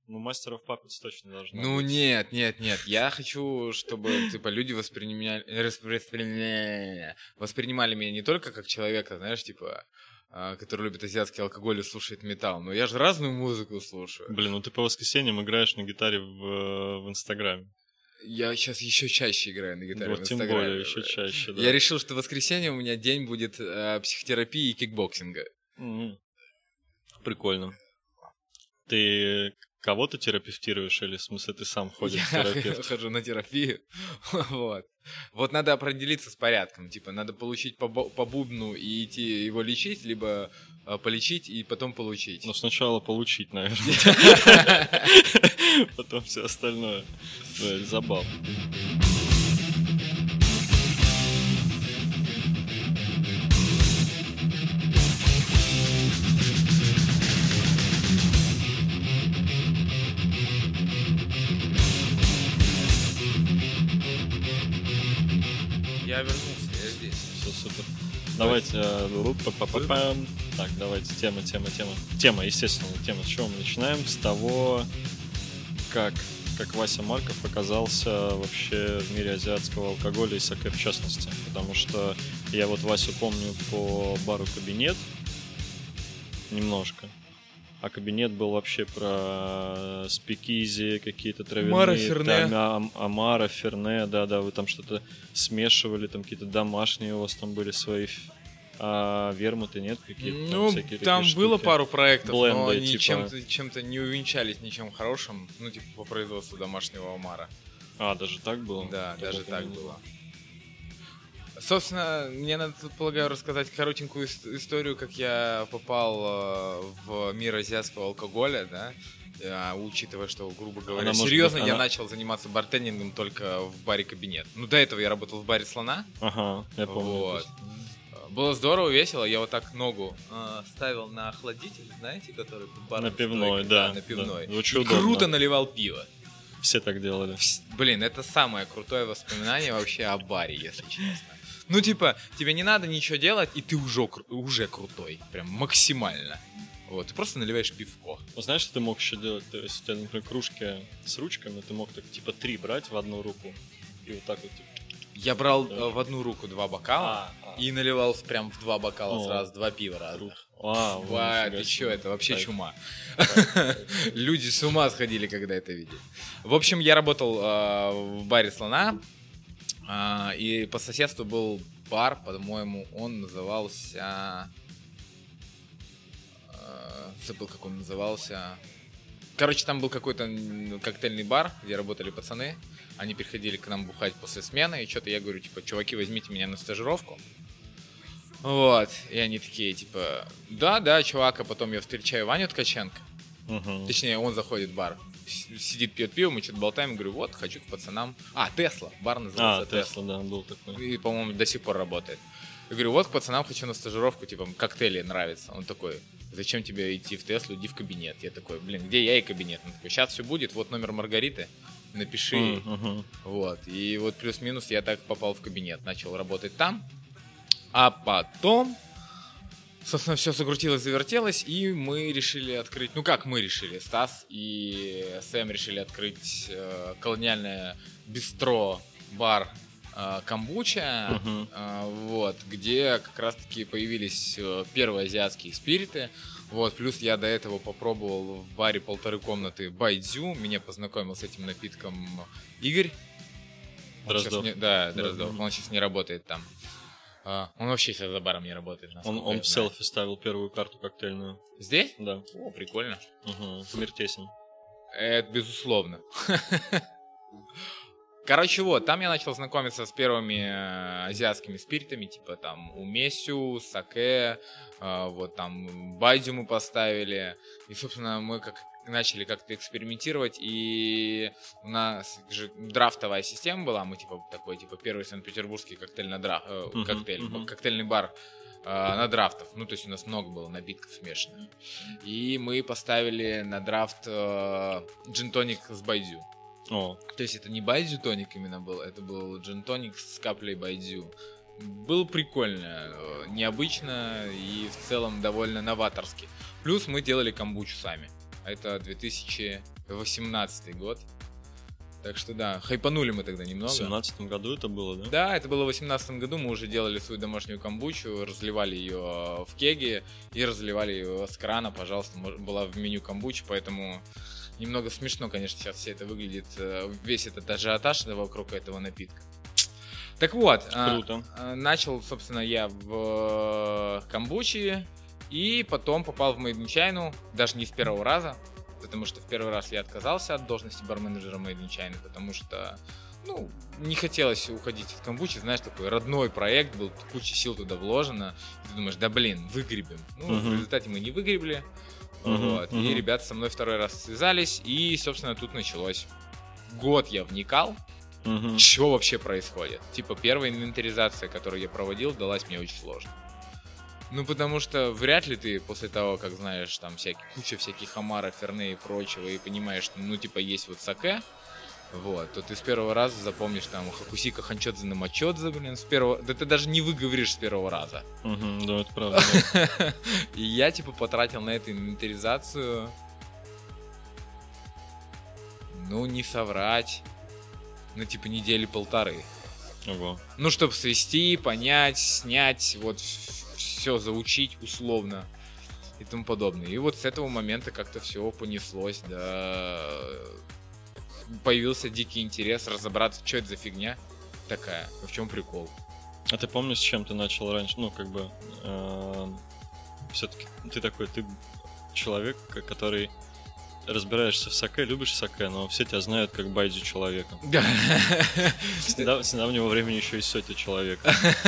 Ну, Master of Puppets точно должна Ну, быть. нет. Я хочу, чтобы, типа, люди воспринимали меня не только как человека, знаешь, типа, который любит азиатский алкоголь и слушает металл. Но я же разную музыку слушаю. Блин, ну ты по воскресеньям играешь на гитаре в Инстаграме. Я сейчас еще чаще играю на гитаре Вот в тем Инстаграме. более, еще чаще, да. Я решил, что в воскресенье у меня день будет психотерапии и кикбоксинга. Прикольно. Ты кого-то терапевтируешь или, в смысле, ты сам ходишь к терапевту? Я хожу на терапию. Вот надо определиться с порядком. Типа, надо получить по бубну и идти его лечить, либо полечить и потом получить. Ну, сначала получить, наверное. Потом все остальное. Ну, это забавно. Я вернулся, я здесь. Все супер. Давайте, так, давайте, тема. Тема, естественно, тема. С чего мы начинаем? С того, как Вася Марков оказался вообще в мире азиатского алкоголя и саке в частности. Потому что я вот Васю помню по бару «Кабинет» немножко. А «Кабинет» был вообще про спикизи, какие-то травяные... Амара, Ферне. Амара, Ферне, да, вы там что-то смешивали, там какие-то домашние у вас там были свои... А вермуты нет какие-то? Ну, всякие там такие было штуки? пару проектов, Бленды, но они типа... чем-то не увенчались ничем хорошим, ну, типа, по производству домашнего омара. А, даже так было? Да, Я даже это так не было. Собственно, мне надо тут, полагаю, рассказать коротенькую историю, как я попал в мир азиатского алкоголя, да, учитывая, что, грубо говоря, серьезно, я начал заниматься бартендингом только в баре «Кабинет». Ну, до этого я работал в баре «Слона». Ага, я помню. Вот. Было здорово, весело. Я вот так ногу ставил на охладитель, знаете, который под баром. На пивной, стойка, да. на пивной. Да. И круто наливал пиво. Все так делали. Блин, это самое крутое воспоминание вообще о баре, если честно. Ну, типа, тебе не надо ничего делать, и ты уже крутой. Прям максимально. Вот, ты просто наливаешь пивко. Ну, знаешь, что ты мог еще делать? То есть, у тебя, например, кружки с ручками, ты мог так, типа, 3 брать в одну руку. И вот так вот, типа... Я брал в одну руку 2 бокала и наливал прям в 2 бокала сразу 2 пива разных. Ты чё, это вообще чума. Люди с ума сходили, когда это видели. В общем, я работал в баре «Слона», и по соседству был бар, по-моему, он назывался... Забыл, как он назывался. Короче, там был какой-то коктейльный бар, где работали пацаны. Они приходили к нам бухать после смены, и что-то я говорю, типа, чуваки, возьмите меня на стажировку. Вот, и они такие, типа, да, чувак, а потом я встречаю Ваню Ткаченко. Точнее, он заходит в бар, сидит, пьет пиво, мы что-то болтаем, говорю, вот, хочу к пацанам. Тесла, бар называется Тесла, да, был такой. И, по-моему, до сих пор работает. Я говорю, вот, к пацанам хочу на стажировку, типа, коктейли нравятся. Он такой, зачем тебе идти в Теслу, иди в кабинет. Я такой, блин, где я и кабинет? Он такой, сейчас все будет, вот номер Маргариты, напиши. Вот, и вот плюс-минус я так попал в кабинет, начал работать там. А потом, собственно, все закрутилось, завертелось, и мы решили открыть, Стас и Сэм решили открыть колониальное бистро, бар «Камбуча», вот, где как раз-таки появились первые азиатские спириты. Вот, плюс я до этого попробовал в баре 1,5 комнаты байдзю, меня познакомил с этим напитком Игорь. Дроздов. Дроздов, он сейчас не работает там. Он вообще сейчас за баром не работает. Он в селфи ставил первую карту коктейльную. Здесь? Да. О, прикольно. Мир тесен. Это безусловно. Короче, вот, там я начал знакомиться с первыми азиатскими спиритами, типа там умесю, саке, вот там байдзю мы поставили. И, собственно, мы начали как-то экспериментировать, и у нас же драфтовая система была, мы первый санкт-петербургский коктейльный бар на драфтов. Ну, то есть у нас много было напитков смешанных. И мы поставили на драфт джин-тоник с байдзю. То есть это не байдзю-тоник именно был, это был джин-тоник с каплей байдзю. Было прикольно, необычно и в целом довольно новаторски. Плюс мы делали камбучу сами. а это 2018 год. Так что да, хайпанули мы тогда немного. В 2017 году это было, да? Да, это было в 2018 году, мы уже делали свою домашнюю камбучу, разливали ее в кеге и разливали ее с крана, пожалуйста, была в меню камбучи, поэтому немного смешно, конечно, сейчас все это выглядит, весь этот ажиотаж вокруг этого напитка. Так вот, Круто. Начал, собственно, я в камбучи и потом попал в Made in China, даже не с первого раза. Потому что в первый раз я отказался от должности барменеджера Made in China, потому что, не хотелось уходить от камбучи, знаешь, такой родной проект был, куча сил туда вложено, и ты думаешь, выгребем. В результате мы не выгребли, и ребята со мной второй раз связались, и, собственно, тут началось. Год я вникал, что вообще происходит. Типа, первая инвентаризация, которую я проводил, далась мне очень сложно. Потому что вряд ли ты после того, как знаешь, там куча всяких омара, ферне и прочего, и понимаешь, что, есть вот саке, то ты с первого раза запомнишь там хакусика ханчодзе на мачодзе, с первого... Да ты даже не выговоришь с первого раза. Да, это правда. И я, потратил на эту инвентаризацию, не соврать, недели полторы. Ого. Чтобы свести, понять, снять, все заучить условно и тому подобное. И вот с этого момента как-то все понеслось, да. Появился дикий интерес разобраться, что это за фигня такая, в чем прикол. А ты помнишь, с чем ты начал раньше? Все-таки ты человек, который разбираешься в саке, любишь саке, но все тебя знают как байдзи человека. С недавнего времени еще и сёти человека.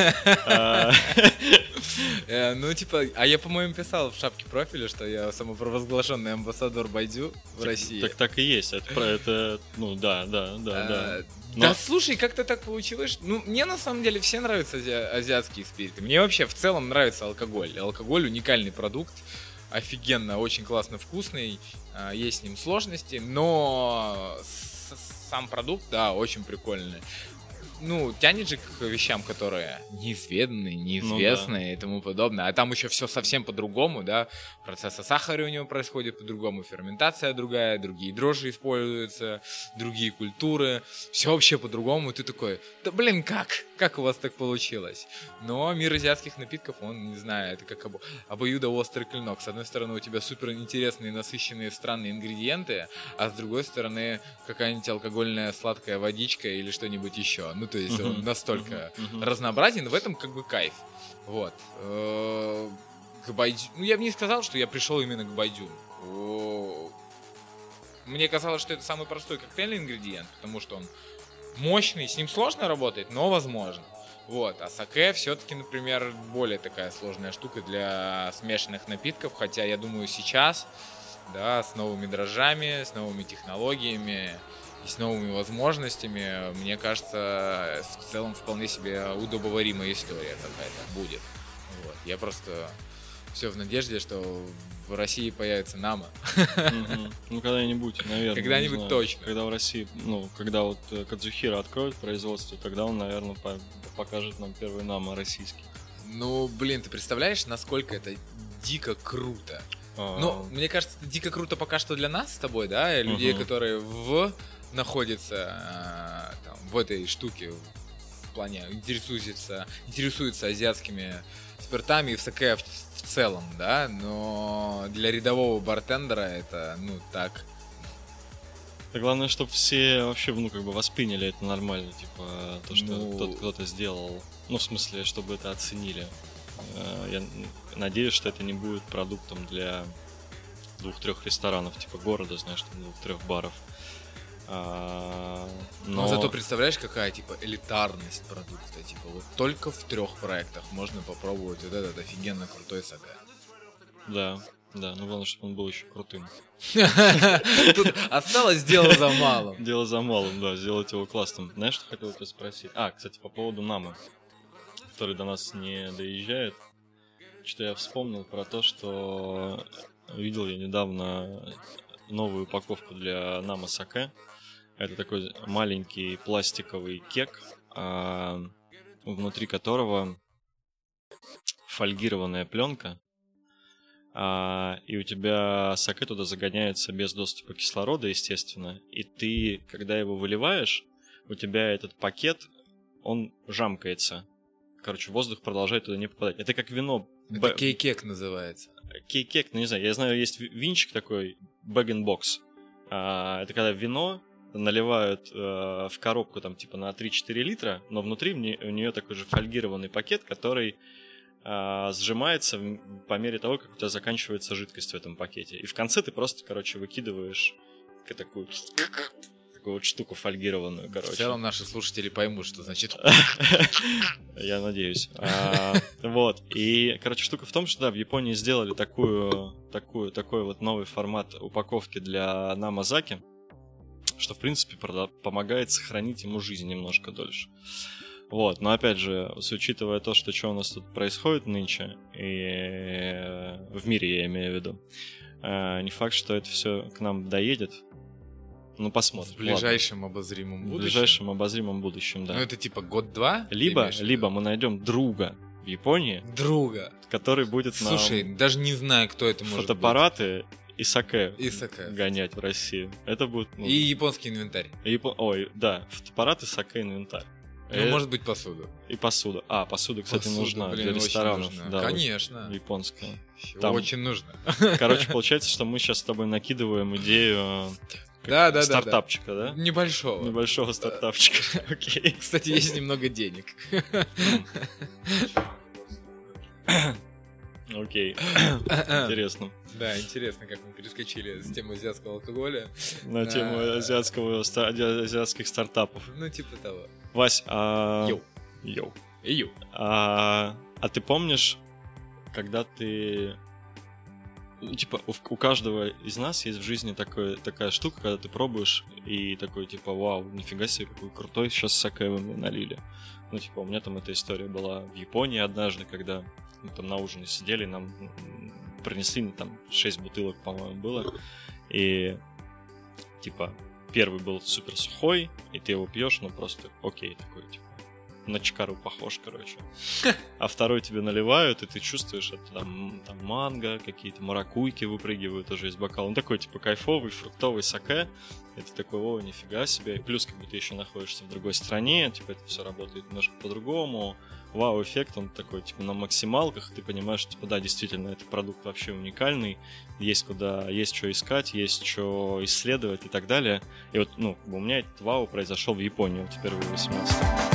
А я, по-моему, писал в шапке профиля, что я самопровозглашенный амбассадор байдзю в России. Так и есть. Это, да. Да, слушай, как-то так получилось. Мне на самом деле все нравятся азиатские спириты. Мне вообще в целом нравится алкоголь. Алкоголь уникальный продукт. Офигенно, очень классно вкусный, есть с ним сложности, но сам продукт, да, очень прикольный. Тянет же к вещам, которые неизведанные, неизвестные и тому подобное. А там еще все совсем по-другому, да. Процессы сахара у него происходят по-другому, ферментация другая, другие дрожжи используются, другие культуры. Все вообще по-другому. И ты такой, да блин, как у вас так получилось? Но мир азиатских напитков, он, не знаю, это как обоюдоострый клинок. С одной стороны, у тебя супер интересные, насыщенные, странные ингредиенты, а с другой стороны, какая-нибудь алкогольная сладкая водичка или что-нибудь еще. То есть он настолько разнообразен, но в этом кайф. К байдзю... я бы не сказал, что я пришел именно к байдзю. Мне казалось, что это самый простой коктейльный ингредиент, потому что он мощный, с ним сложно работать, но возможно. А саке все-таки, например, более такая сложная штука для смешанных напитков, хотя я думаю сейчас, да, с новыми дрожжами, с новыми технологиями и с новыми возможностями, мне кажется, в целом вполне себе удобоваримая история какая-то будет. Я просто все в надежде, что в России появится Нама. Когда-нибудь, наверное. Когда-нибудь точно. Когда в России, когда Кадзухира откроет производство, тогда он, наверное, покажет нам первый Нама российский. Ты представляешь, насколько это дико круто? Мне кажется, это дико круто пока что для нас с тобой, да, людей, которые находятся в этой штуке, в плане интересуются азиатскими спиртами и в саке в целом, да, но для рядового бартендера это, так. Да главное, чтобы все вообще, восприняли это нормально, то, что кто-то сделал, в смысле, чтобы это оценили. Я надеюсь, что это не будет продуктом для 2-3 ресторанов, города, знаешь, 2-3 баров. Но зато представляешь, какая элитарность продукта. Только в 3 проектах можно попробовать вот этот офигенно крутой саке. Да, главное, чтобы он был еще крутым. Тут осталось дело за малым. Дело за малым, да, сделать его классным. Знаешь, что хотел тебя спросить? Кстати, по поводу Намы, который до нас не доезжает. Что я вспомнил про то, что видел я недавно новую упаковку для Нама саке. Это такой маленький пластиковый кек, внутри которого фольгированная пленка, и у тебя саке туда загоняется без доступа кислорода, естественно, и ты, когда его выливаешь, у тебя этот пакет, он жамкается. Короче, воздух продолжает туда не попадать. Это как вино. Это кейкек называется. Кейкек, ну не знаю, я знаю, есть винчик такой, bag-in-box. Это когда вино наливают в коробку там типа на 3-4 литра, но внутри у нее такой же фольгированный пакет, который сжимается по мере того, как у тебя заканчивается жидкость в этом пакете. И в конце ты просто, короче, выкидываешь такую вот штуку фольгированную, короче. В целом наши слушатели поймут, что значит... Я надеюсь. Вот. И, короче, штука в том, что, да, в Японии сделали такой вот новый формат упаковки для намазаки, что, в принципе, помогает сохранить ему жизнь немножко дольше. Вот. Но, опять же, учитывая то, что у нас тут происходит нынче, и в мире я имею в виду, не факт, что это все к нам доедет. Ну, посмотрим. В ближайшем обозримом будущем? В ближайшем обозримом будущем, да. Ну, это типа год-два? Либо мы найдем друга в Японии. Друга. Который будет нам... Слушай, даже не знаю, кто это может быть. Фотоаппараты и саке саке гонять в Россию. Это будет... И японский инвентарь. Ой, да, фотоаппараты, саке, инвентарь. Ну, может быть, посуду. И посуда. Посуда, кстати, нужна блин, для ресторанов. нужна. Да, конечно. Японская. Там... Очень нужно. Короче, получается, что мы сейчас с тобой накидываем идею... Да. Стартапчика, да? Небольшого стартапчика. Окей. Кстати, есть немного денег. Окей. Интересно. Да, интересно, как мы перескочили с темы азиатского алкоголя на тему азиатских стартапов. Ну, типа того. Вась, Йоу. А ты помнишь, когда ты... Типа, у каждого из нас есть в жизни такая штука, когда ты пробуешь и такой, типа, вау, нифига себе, какой крутой, сейчас саке вы мне налили. Ну, типа, у меня там эта история была в Японии однажды, когда мы там на ужине сидели, нам принесли, там, 6 бутылок, по-моему, было. И, типа, первый был супер сухой, и ты его пьешь, ну, просто окей, такой, типа, на чикару похож, короче. А второй тебе наливают, и ты чувствуешь, это там манго, какие-то маракуйки выпрыгивают уже из бокала. Он такой, типа, кайфовый, фруктовый саке. И ты такой, о, нифига себе. И плюс, как бы, ты еще находишься в другой стране, типа, это все работает немножко по-другому. Вау-эффект, он такой, типа, на максималках. Ты понимаешь, что, типа, да, действительно, этот продукт вообще уникальный. Есть что искать, есть что исследовать и так далее. И вот, ну, у меня этот вау произошел в Японии вот впервые в 18-м.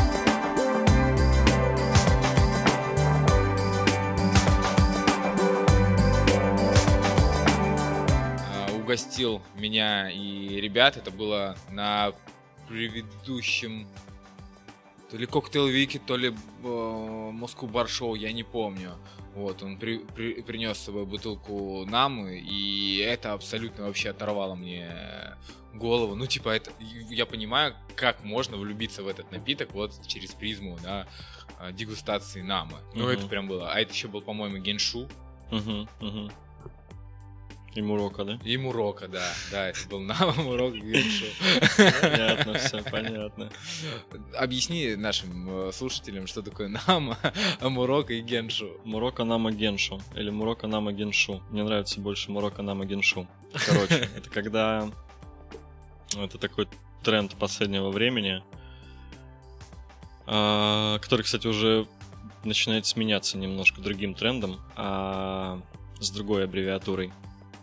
Угостил меня и ребят. Это было на предыдущем то ли коктейл-вики, то ли Moscow Bar Show, я не помню. Вот, он принес с собой бутылку намы, и это абсолютно вообще оторвало мне голову. Ну, типа, это, я понимаю, как можно влюбиться в этот напиток вот через призму, да, дегустации намы. Ну, это прям было. А это еще был, по-моему, геншу. И Мурока, да? И Мурока, да. Да, это был Нама, Мурока, Геншу. Понятно, все понятно. Объясни нашим слушателям, что такое Нама, Мурока и Геншу. Мурока, Нама, Геншу. Или Мурока, Нама, Геншу. Мне нравится больше Мурока, Нама, Геншу. Короче, это когда... Это такой тренд последнего времени, который, кстати, уже начинает сменяться немножко другим трендом, с другой аббревиатурой.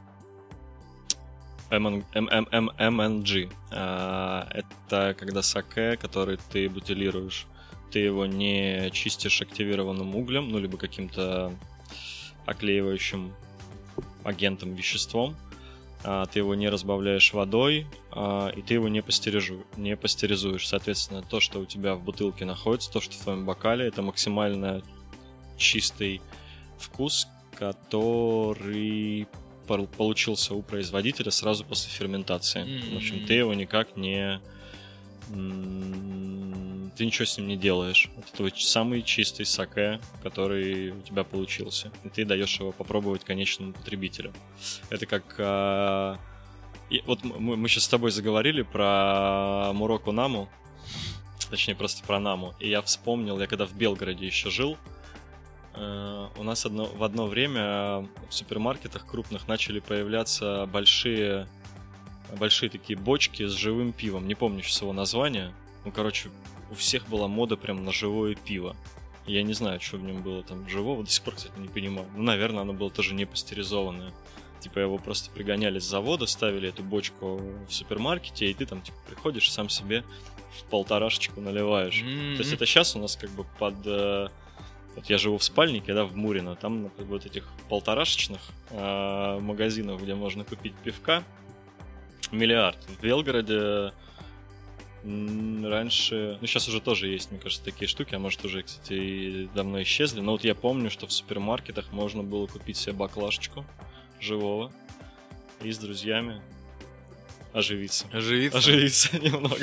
MNG. Это когда саке, который ты бутилируешь, ты его не чистишь активированным углем, ну, либо каким-то оклеивающим агентом, веществом, ты его не разбавляешь водой, и ты его не пастеризуешь. Соответственно, то, что у тебя в бутылке находится, то, что в твоем бокале, это максимально чистый вкус, который получился у производителя сразу после ферментации. В общем, ты его никак не... Ты ничего с ним не делаешь. Это твой самый чистый саке, который у тебя получился. И ты даешь его попробовать конечному потребителю. Это как... Вот мы сейчас с тобой заговорили про Муроку Наму. Точнее, просто про Наму. И я вспомнил, я когда в Белгороде еще жил, у нас в одно время в супермаркетах крупных начали появляться большие такие бочки с живым пивом. Не помню сейчас его название. Ну, короче, у всех была мода прям на живое пиво. Я не знаю, что в нем было там живого, до сих пор, кстати, не понимаю. Ну, наверное, оно было тоже не пастеризованное. Типа его просто пригоняли с завода, ставили эту бочку в супермаркете, и ты там типа приходишь, сам себе в полторашечку наливаешь. То есть это сейчас у нас как бы под... Вот я живу в Спальнике, да, в Мурино, там как бы вот этих полторашечных магазинов, где можно купить пивка, миллиард. В Белгороде раньше... Ну, сейчас уже тоже есть, мне кажется, такие штуки, а может уже, кстати, и давно исчезли. Но вот я помню, что в супермаркетах можно было купить себе баклажечку живого и с друзьями оживиться немного.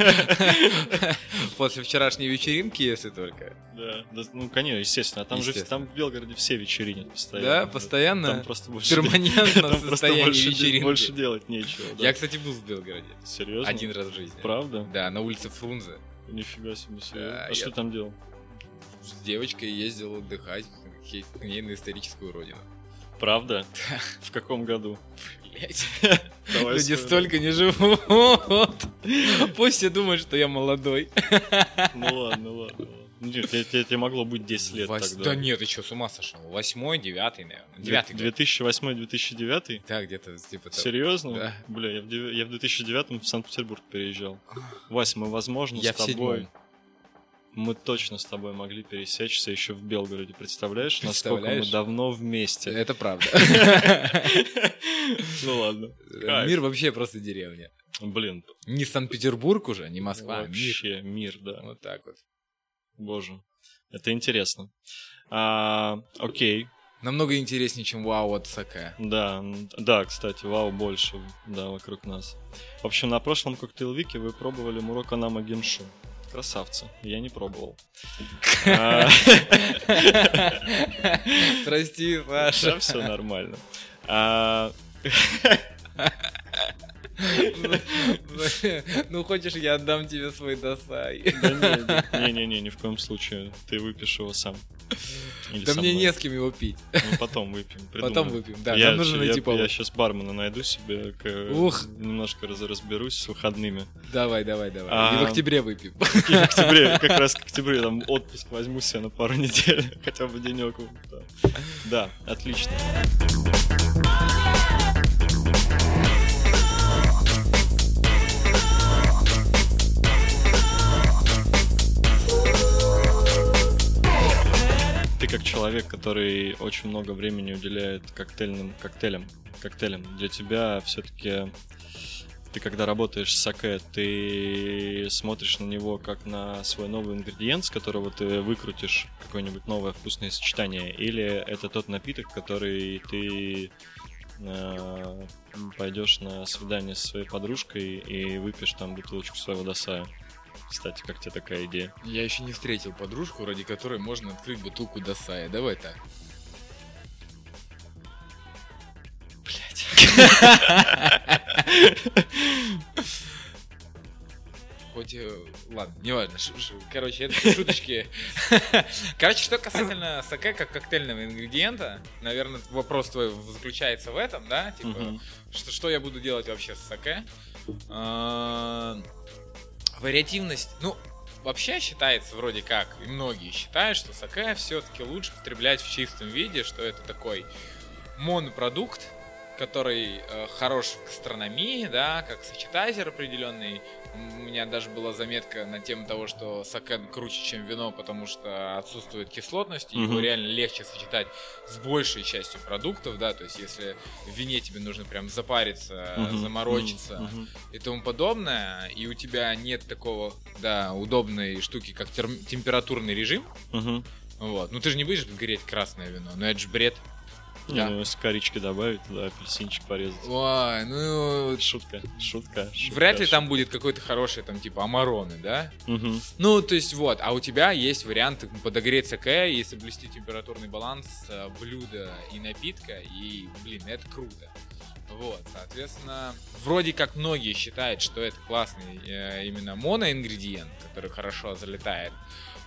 После вчерашней вечеринки, если только. Да, ну конечно, естественно. Там же там в Белгороде все вечеринят постоянно. Да, постоянно? Там просто больше перманентно в состоянии вечеринки. Больше делать нечего. Я, кстати, был в Белгороде. Серьезно? Один раз в жизни. Правда? Да, на улице Фрунзе. Нифига себе, серьезно. А что там делал? С девочкой ездил отдыхать к ней на историческую родину. Правда? В каком году? Блять. Люди столько не живут. Пусть все думают, что я молодой. Ну ладно. Нет, тебе могло быть 10 лет тогда. Да нет, ты что, с ума сошел? 8-й, 9-й, наверное. 9-й. 2008-2009? Да, где-то типа того. Серьезно? Да. Бля, я в 2009-м в Санкт-Петербург переезжал. Вась, мы, возможно, я с тобой... Мы точно с тобой могли пересечься еще в Белгороде. Представляешь, насколько мы давно вместе? Это правда. Ну ладно. Мир вообще просто деревня. Блин. Не Санкт-Петербург уже, не Москва. Вообще мир, да. Вот так вот. Боже. Это интересно. Окей. Намного интереснее, чем вау от Саке. Да, кстати, вау больше, да, вокруг нас. В общем, на прошлом коктейл-вике вы пробовали Муроканама Геншу. Красавцы. Я не пробовал. Прости, Саша. Да, все нормально. Ну, хочешь, я отдам тебе свой досай? Не, ни в коем случае. Ты выпьешь его сам. Да мне не с кем его пить. Ну, потом выпьем. Потом выпьем, да. Нам нужно найти повод. Я сейчас бармена найду себе, немножко разберусь с выходными. Давай. И в октябре выпьем. И в октябре, как раз к октябре, там отпуск возьму себе на пару недель, хотя бы денек. Да, отлично. Ты как человек, который очень много времени уделяет коктейлям, для тебя все-таки ты когда работаешь с саке, ты смотришь на него как на свой новый ингредиент, с которого ты выкрутишь какое-нибудь новое вкусное сочетание, или это тот напиток, который ты пойдешь на свидание со своей подружкой и выпьешь там бутылочку своего досая? Кстати, как тебе такая идея? Я еще не встретил подружку, ради которой можно открыть бутылку досая. Давай так. Блять. Хоть, ладно, неважно. Короче, это шуточки. Короче, что касательно саке как коктейльного ингредиента, наверное, вопрос твой заключается в этом, да? Типа, что я буду делать вообще с саке? Вариативность, ну, вообще считается вроде как, и многие считают, что саке все-таки лучше потреблять в чистом виде, что это такой монопродукт, который хорош в гастрономии, да, как сочетатель определенный. У меня даже была заметка на тему того, что саке круче, чем вино, потому что отсутствует кислотность, и его реально легче сочетать с большей частью продуктов, да, то есть если в вине тебе нужно прям запариться, заморочиться и тому подобное, и у тебя нет такого, да, удобной штуки, как температурный режим, вот, ну ты же не будешь гореть красное вино, но это же бред. Не, ну если корички добавить, туда апельсинчик порезать. Ой, ну... Шутка. Вряд ли там будет какой-то хороший, там, типа, амароны, да? Ну, то есть, вот, а у тебя есть вариант подогреть саке и соблюсти температурный баланс блюда и напитка, и, блин, это круто. Вот, соответственно, вроде как многие считают, что это классный именно моноингредиент, который хорошо залетает.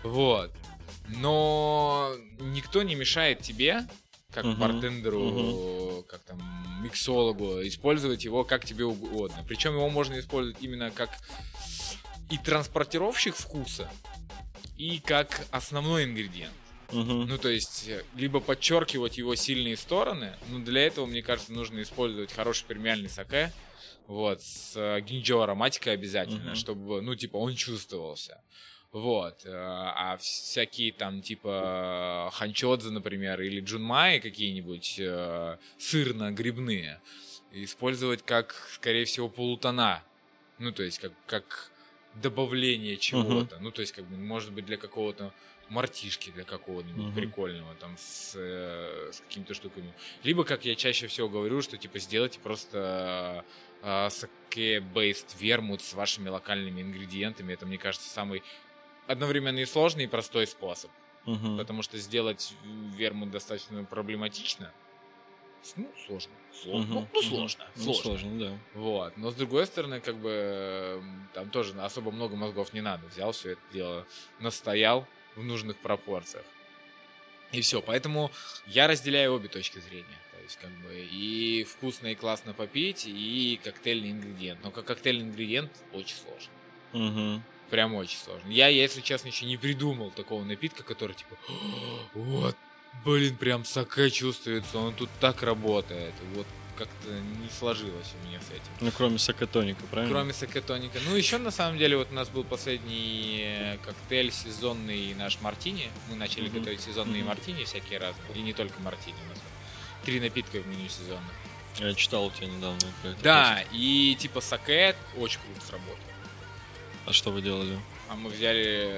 Вот. Но никто не мешает тебе, как бартендеру, как там, миксологу, использовать его как тебе угодно. Причем его можно использовать именно как и транспортировщик вкуса, и как основной ингредиент. Ну, то есть, либо подчеркивать его сильные стороны, но для этого, мне кажется, нужно использовать хороший премиальный саке, вот, с гинджо ароматикой обязательно, чтобы, ну, типа, он чувствовался. Вот, а всякие там типа ханчодзе, например, или джунмаи какие-нибудь сырно-грибные использовать как, скорее всего, полутона. Ну, то есть как добавление чего-то. Ну, то есть, как бы, может быть, для какого-то мартишки, для какого-нибудь прикольного, там, с какими-то штуками. Либо, как я чаще всего говорю, что, типа, сделайте просто саке-бейст вермут с вашими локальными ингредиентами. Это, мне кажется, самый одновременно и сложный, и простой способ. Потому что сделать вермут достаточно проблематично. Ну, сложно. Сложно, да. Вот. Но с другой стороны, как бы там тоже особо много мозгов не надо. Взял все это дело, настоял в нужных пропорциях. И все. Поэтому я разделяю обе точки зрения. То есть, как бы, и вкусно, и классно попить, и коктейльный ингредиент. Но как коктейльный ингредиент очень сложно. Прям очень сложно. Я, если честно, еще не придумал такого напитка, который типа, вот, блин, прям саке чувствуется, он тут так работает. Вот как-то не сложилось у меня с этим. Ну, кроме саке-тоника, правильно? Кроме саке-тоника. Ну, еще, на самом деле, вот у нас был последний коктейль сезонный наш мартини. Мы начали готовить сезонные мартини всякие разные. И не только мартини. У нас 3 напитка в меню сезона. Я читал у тебя недавно про это. Да, и типа саке очень круто сработал. А что вы делали? А мы взяли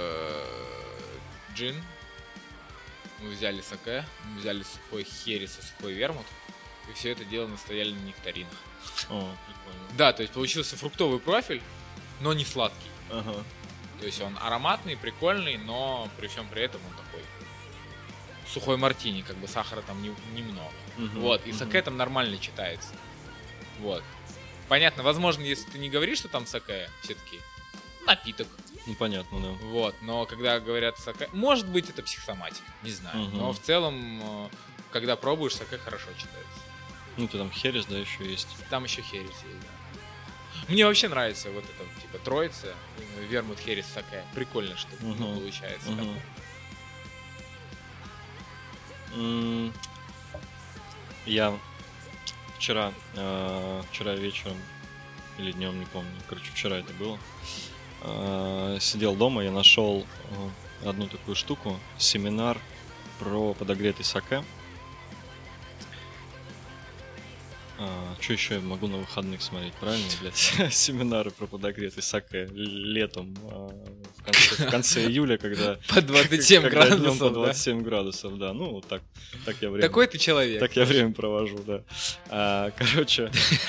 джин, мы взяли саке, мы взяли сухой херес и сухой вермут, и все это дело настояли на нектаринах. О, прикольно. Да, то есть получился фруктовый профиль, но не сладкий. Ага. То есть он ароматный, прикольный, но при всем при этом он такой сухой мартини, как бы сахара там немного. Вот, и саке там нормально читается. Вот. Понятно, возможно, если ты не говоришь, что там саке, все-таки напиток. Ну, понятно, да. Вот, но когда говорят саке, может быть, это психосоматика, не знаю. Но в целом, когда пробуешь, саке хорошо читается. Ну, ты там херес, да, еще есть. Там еще херес есть, да. Мне вообще нравится вот эта, типа, троица, вермут, херес, саке. Прикольно, что получается. Я вчера вечером или днем, не помню, короче, вчера это было, сидел дома, я нашел одну такую штуку, семинар про подогретый саке. Что еще я могу на выходных смотреть, правильно, блядь? Семинары про подогретый саке летом, в конце июля, когда... По 27 градусов, по 27 градусов, да. Ну, так я время... Такой ты человек. Так я время провожу, да. Короче...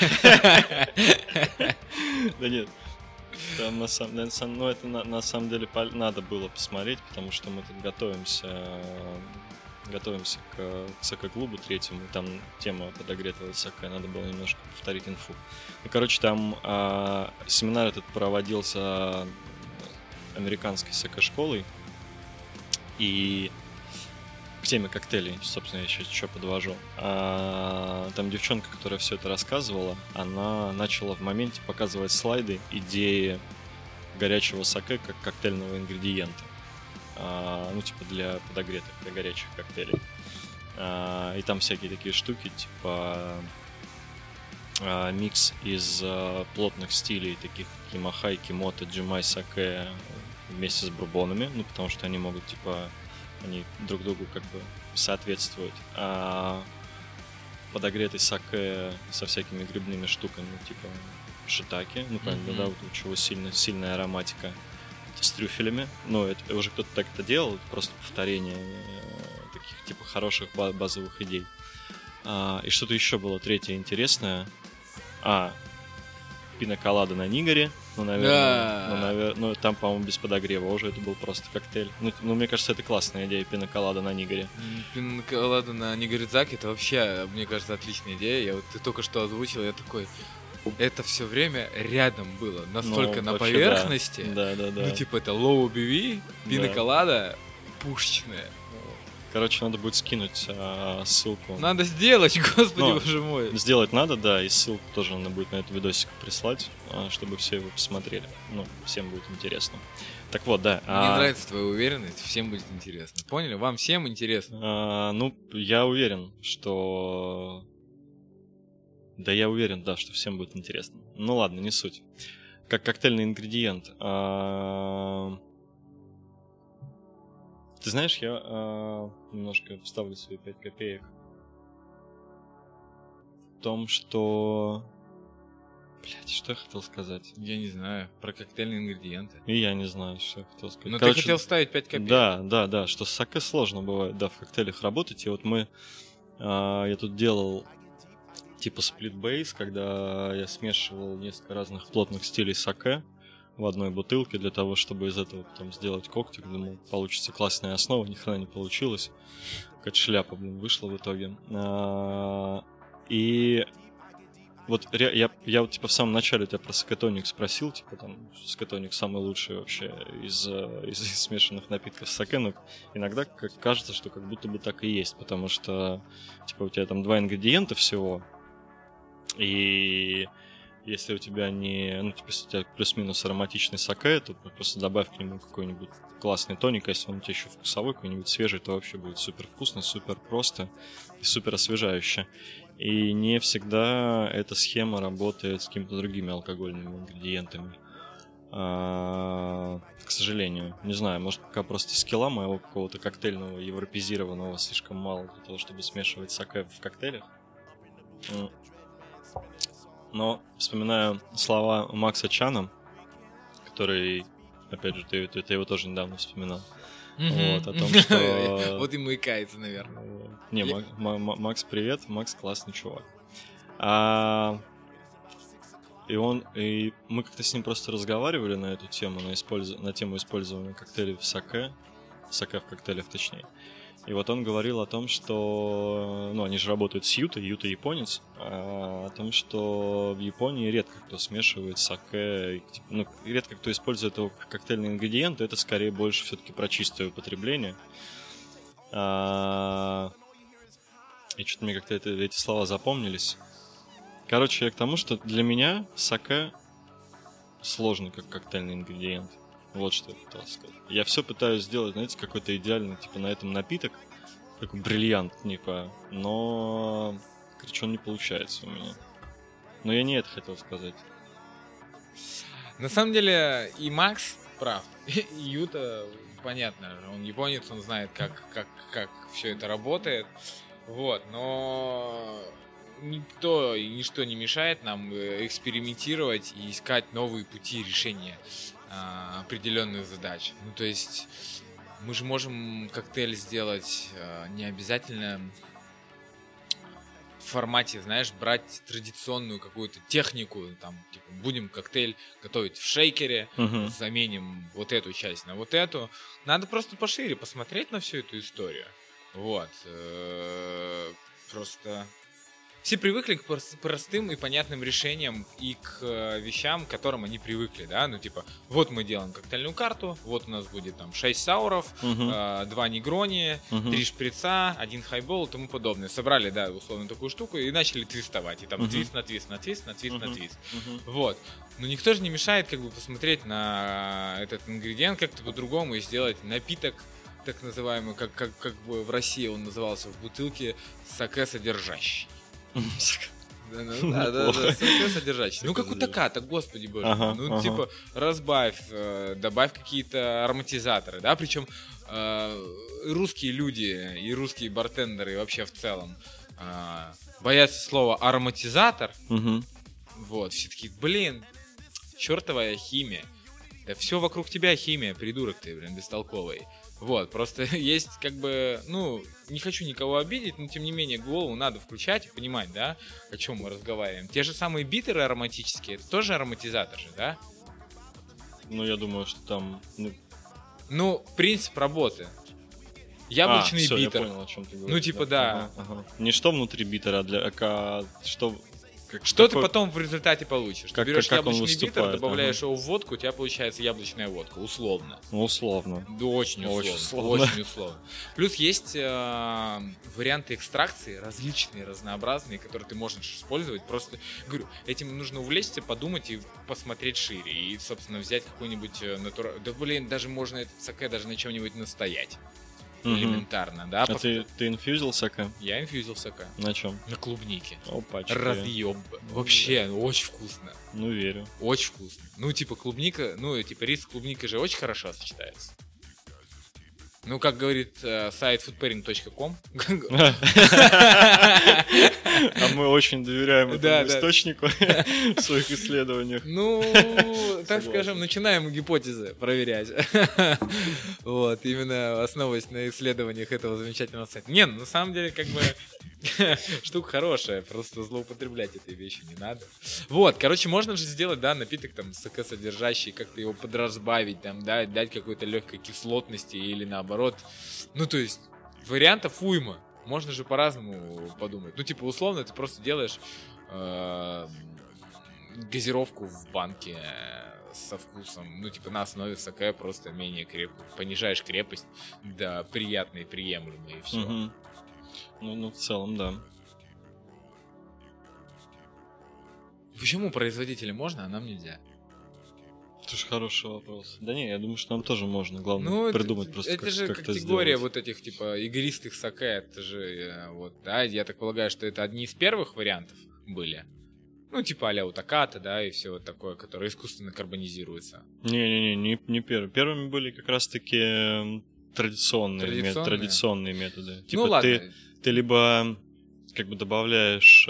Да нет. Там на самом деле надо было посмотреть, потому что мы тут готовимся к саке-клубу третьему, там тема подогретого саке, надо было немножко повторить инфу. И, короче, там семинар этот проводился американской саке-школой, и к теме коктейлей, собственно, я сейчас еще подвожу. Там девчонка, которая все это рассказывала, она начала в моменте показывать слайды идеи горячего саке как коктейльного ингредиента. Ну, типа для подогретых, для горячих коктейлей. И там всякие такие штуки, типа микс из плотных стилей, таких кимахай, кимото, джимай, саке вместе с бурбонами, ну, потому что они могут, типа, они друг другу как бы соответствуют. Подогретый саке со всякими грибными штуками, типа шитаки, ну, понятно, да, вот у чего сильная ароматика. С трюфелями, но это уже кто-то так это делал, это просто повторение таких типа хороших базовых идей. И что-то еще было третье интересное. Пина-колада на нигере. Ну, наверное, ну, там, по-моему, без подогрева уже это был просто коктейль. Ну, мне кажется, это классная идея, пина-колада на нигере. Пина-колада на нигоридзаке, это вообще, мне кажется, отличная идея. Ты только что озвучил, я такой... это все время рядом было. Настолько на вообще, поверхности. Да. Ну, типа, это low BV, пина-колада, пушечная. Короче, надо будет скинуть ссылку. Надо сделать, господи, боже мой. Сделать надо, да, и ссылку тоже надо будет на этот видосик прислать, чтобы все его посмотрели. Ну, всем будет интересно. Так вот, да. Мне нравится твоя уверенность, всем будет интересно. Поняли? Вам всем интересно? Ну, я уверен, что... Да, я уверен, да, что всем будет интересно. Ну ладно, не суть. Как коктейльный ингредиент. Ты знаешь, я немножко вставлю свои 5 копеек в том, что... Блять, что я хотел сказать? Я не знаю, про коктейльные ингредиенты. И я не знаю, что я хотел сказать. Но ты хотел ставить 5 копеек. Да, что с саке сложно бывает, да, в коктейлях работать. И вот я тут делал типа сплит-бейс, когда я смешивал несколько разных плотных стилей саке в одной бутылке для того, чтобы из этого потом сделать коктейль. Думал, получится классная основа, ни хрена не получилось. Какая-то шляпа, вышла в итоге. И вот я вот типа в самом начале тебя про сакетоник спросил, типа там сакетоник самый лучший вообще из смешанных напитков с саке, но иногда кажется, что как будто бы так и есть, потому что типа у тебя там 2 ингредиента всего, и если у тебя если у тебя плюс-минус ароматичный саке, то просто добавь к нему какой-нибудь классный тоник, а если он у тебя еще вкусовой, какой-нибудь свежий, то вообще будет супер вкусно, супер просто и супер освежающе. И не всегда эта схема работает с какими-то другими алкогольными ингредиентами. К сожалению. Не знаю, может пока просто скилла моего какого-то коктейльного, европезированного слишком мало для того, чтобы смешивать саке в коктейлях. Но вспоминаю слова Макса Чана, который, опять же, ты его тоже недавно вспоминал. Вот, о том, что... Вот ему и кается, наверное. Не, Макс, привет, Макс классный чувак. И мы как-то с ним просто разговаривали на эту тему, на тему использования коктейлей в саке в коктейлях точнее. И вот он говорил о том, что... они же работают с Юта японец, о том, что в Японии редко кто смешивает саке, редко кто использует его как коктейльный ингредиент, это скорее больше все-таки про чистое употребление. И что-то мне как-то эти слова запомнились. Короче, я к тому, что для меня саке сложный как коктейльный ингредиент. Вот что я хотел сказать. Я все пытаюсь сделать, знаете, какой-то идеальный, типа, на этом напиток. Такой бриллиант, типа. Но, короче, он не получается у меня. Но я не это хотел сказать. На самом деле, и Макс прав. И Юта, понятно, он японец, он знает, как все это работает. Вот, но... Никто и ничто не мешает нам экспериментировать и искать новые пути решения определенных задач. То есть мы же можем коктейль сделать не обязательно в формате, знаешь, брать традиционную какую-то технику, там, типа, будем коктейль готовить в шейкере, заменим вот эту часть на вот эту. Надо просто пошире посмотреть на всю эту историю. Вот. Просто... Все привыкли к простым и понятным решениям и к вещам, к которым они привыкли, да, вот мы делаем коктейльную карту, вот у нас будет там 6 сауров, 2 негрони, 3 шприца, 1 хайбол и тому подобное. Собрали, да, условно такую штуку и начали твистовать, и там твист на твист, на твист, на твист, на твист. Вот. Но никто же не мешает посмотреть на этот ингредиент как-то по-другому и сделать напиток, так называемый, как бы в России он назывался в бутылке, саке содержащий. Да, саке содержащий. Как у Таката, господи боже. Разбавь, добавь какие-то ароматизаторы, да, причем русские люди и русские бартендеры и вообще в целом боятся слова ароматизатор. Вот, все такие, чертовая химия. Да все вокруг тебя химия, придурок ты, бестолковый. Вот, просто есть не хочу никого обидеть, но тем не менее голову надо включать и понимать, да, о чем мы разговариваем. Те же самые битеры ароматические, это тоже ароматизатор же, да? Я думаю, что там... принцип работы. Яблочный битер. Я понял, о чем ты говоришь. Да. Не что внутри битера, что Что ты потом в результате получишь? Ты берешь как он яблочный выступает, биттер, добавляешь его в водку, у тебя получается яблочная водка, условно. Ну, условно. Да, очень условно. Очень условно. Плюс есть варианты экстракции, различные, разнообразные, которые ты можешь использовать. Просто, говорю, этим нужно увлечься, подумать и посмотреть шире. И, собственно, взять какой-нибудь натуральный... Да, блин, даже можно этот саке даже на чем-нибудь настоять. Элементарно, да? А ты инфьюзил саке? Я инфьюзил саке. На чем? На клубнике. Опачки. Разъеб. Вообще, очень вкусно. Ну, верю. Очень вкусно. Ну, типа, клубника, рис с клубникой же очень хорошо сочетается. Ну, как говорит сайт foodpairing.com. А мы очень доверяем этому источнику в своих исследованиях. Ну, так скажем, начинаем гипотезы проверять. Вот, именно основываясь на исследованиях этого замечательного сайта. Не, на самом деле, как бы, штука хорошая, просто злоупотреблять этой вещью не надо. Вот, короче, можно же сделать, да, напиток там содержащий, как-то его подразбавить, там, да, дать какой-то легкой кислотности или наоборот. Ну, то есть, вариантов уйма. Можно же по-разному подумать. Ну, типа, условно, ты просто делаешь газировку в банке со вкусом, ну, типа, на основе саке, просто менее крепкую. Понижаешь крепость до приятной, приемлемой, и все. Угу. Ну, в целом, да. Почему производителям можно, а нам нельзя? Это же хороший вопрос. Да не, я думаю, что нам тоже можно. Главное придумать просто это же как категория сделать. Вот этих, типа, игристых саке. Это же, вот, да, я так полагаю, что это одни из первых вариантов были. Ну, типа а-ля утаката, да, и все вот такое, которое искусственно карбонизируется. Не первые. Первыми были как раз-таки традиционные методы. Типа, ну, ладно. Ты либо как бы добавляешь,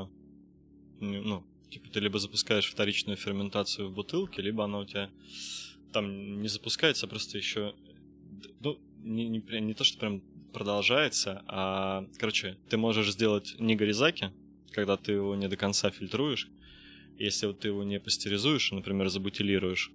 типа ты либо запускаешь вторичную ферментацию в бутылке, либо она у тебя там не запускается, а просто еще, ну, не то, что прям продолжается, а, короче, ты можешь сделать нигоризаки, когда ты его не до конца фильтруешь. Если вот ты его не пастеризуешь, например, забутилируешь,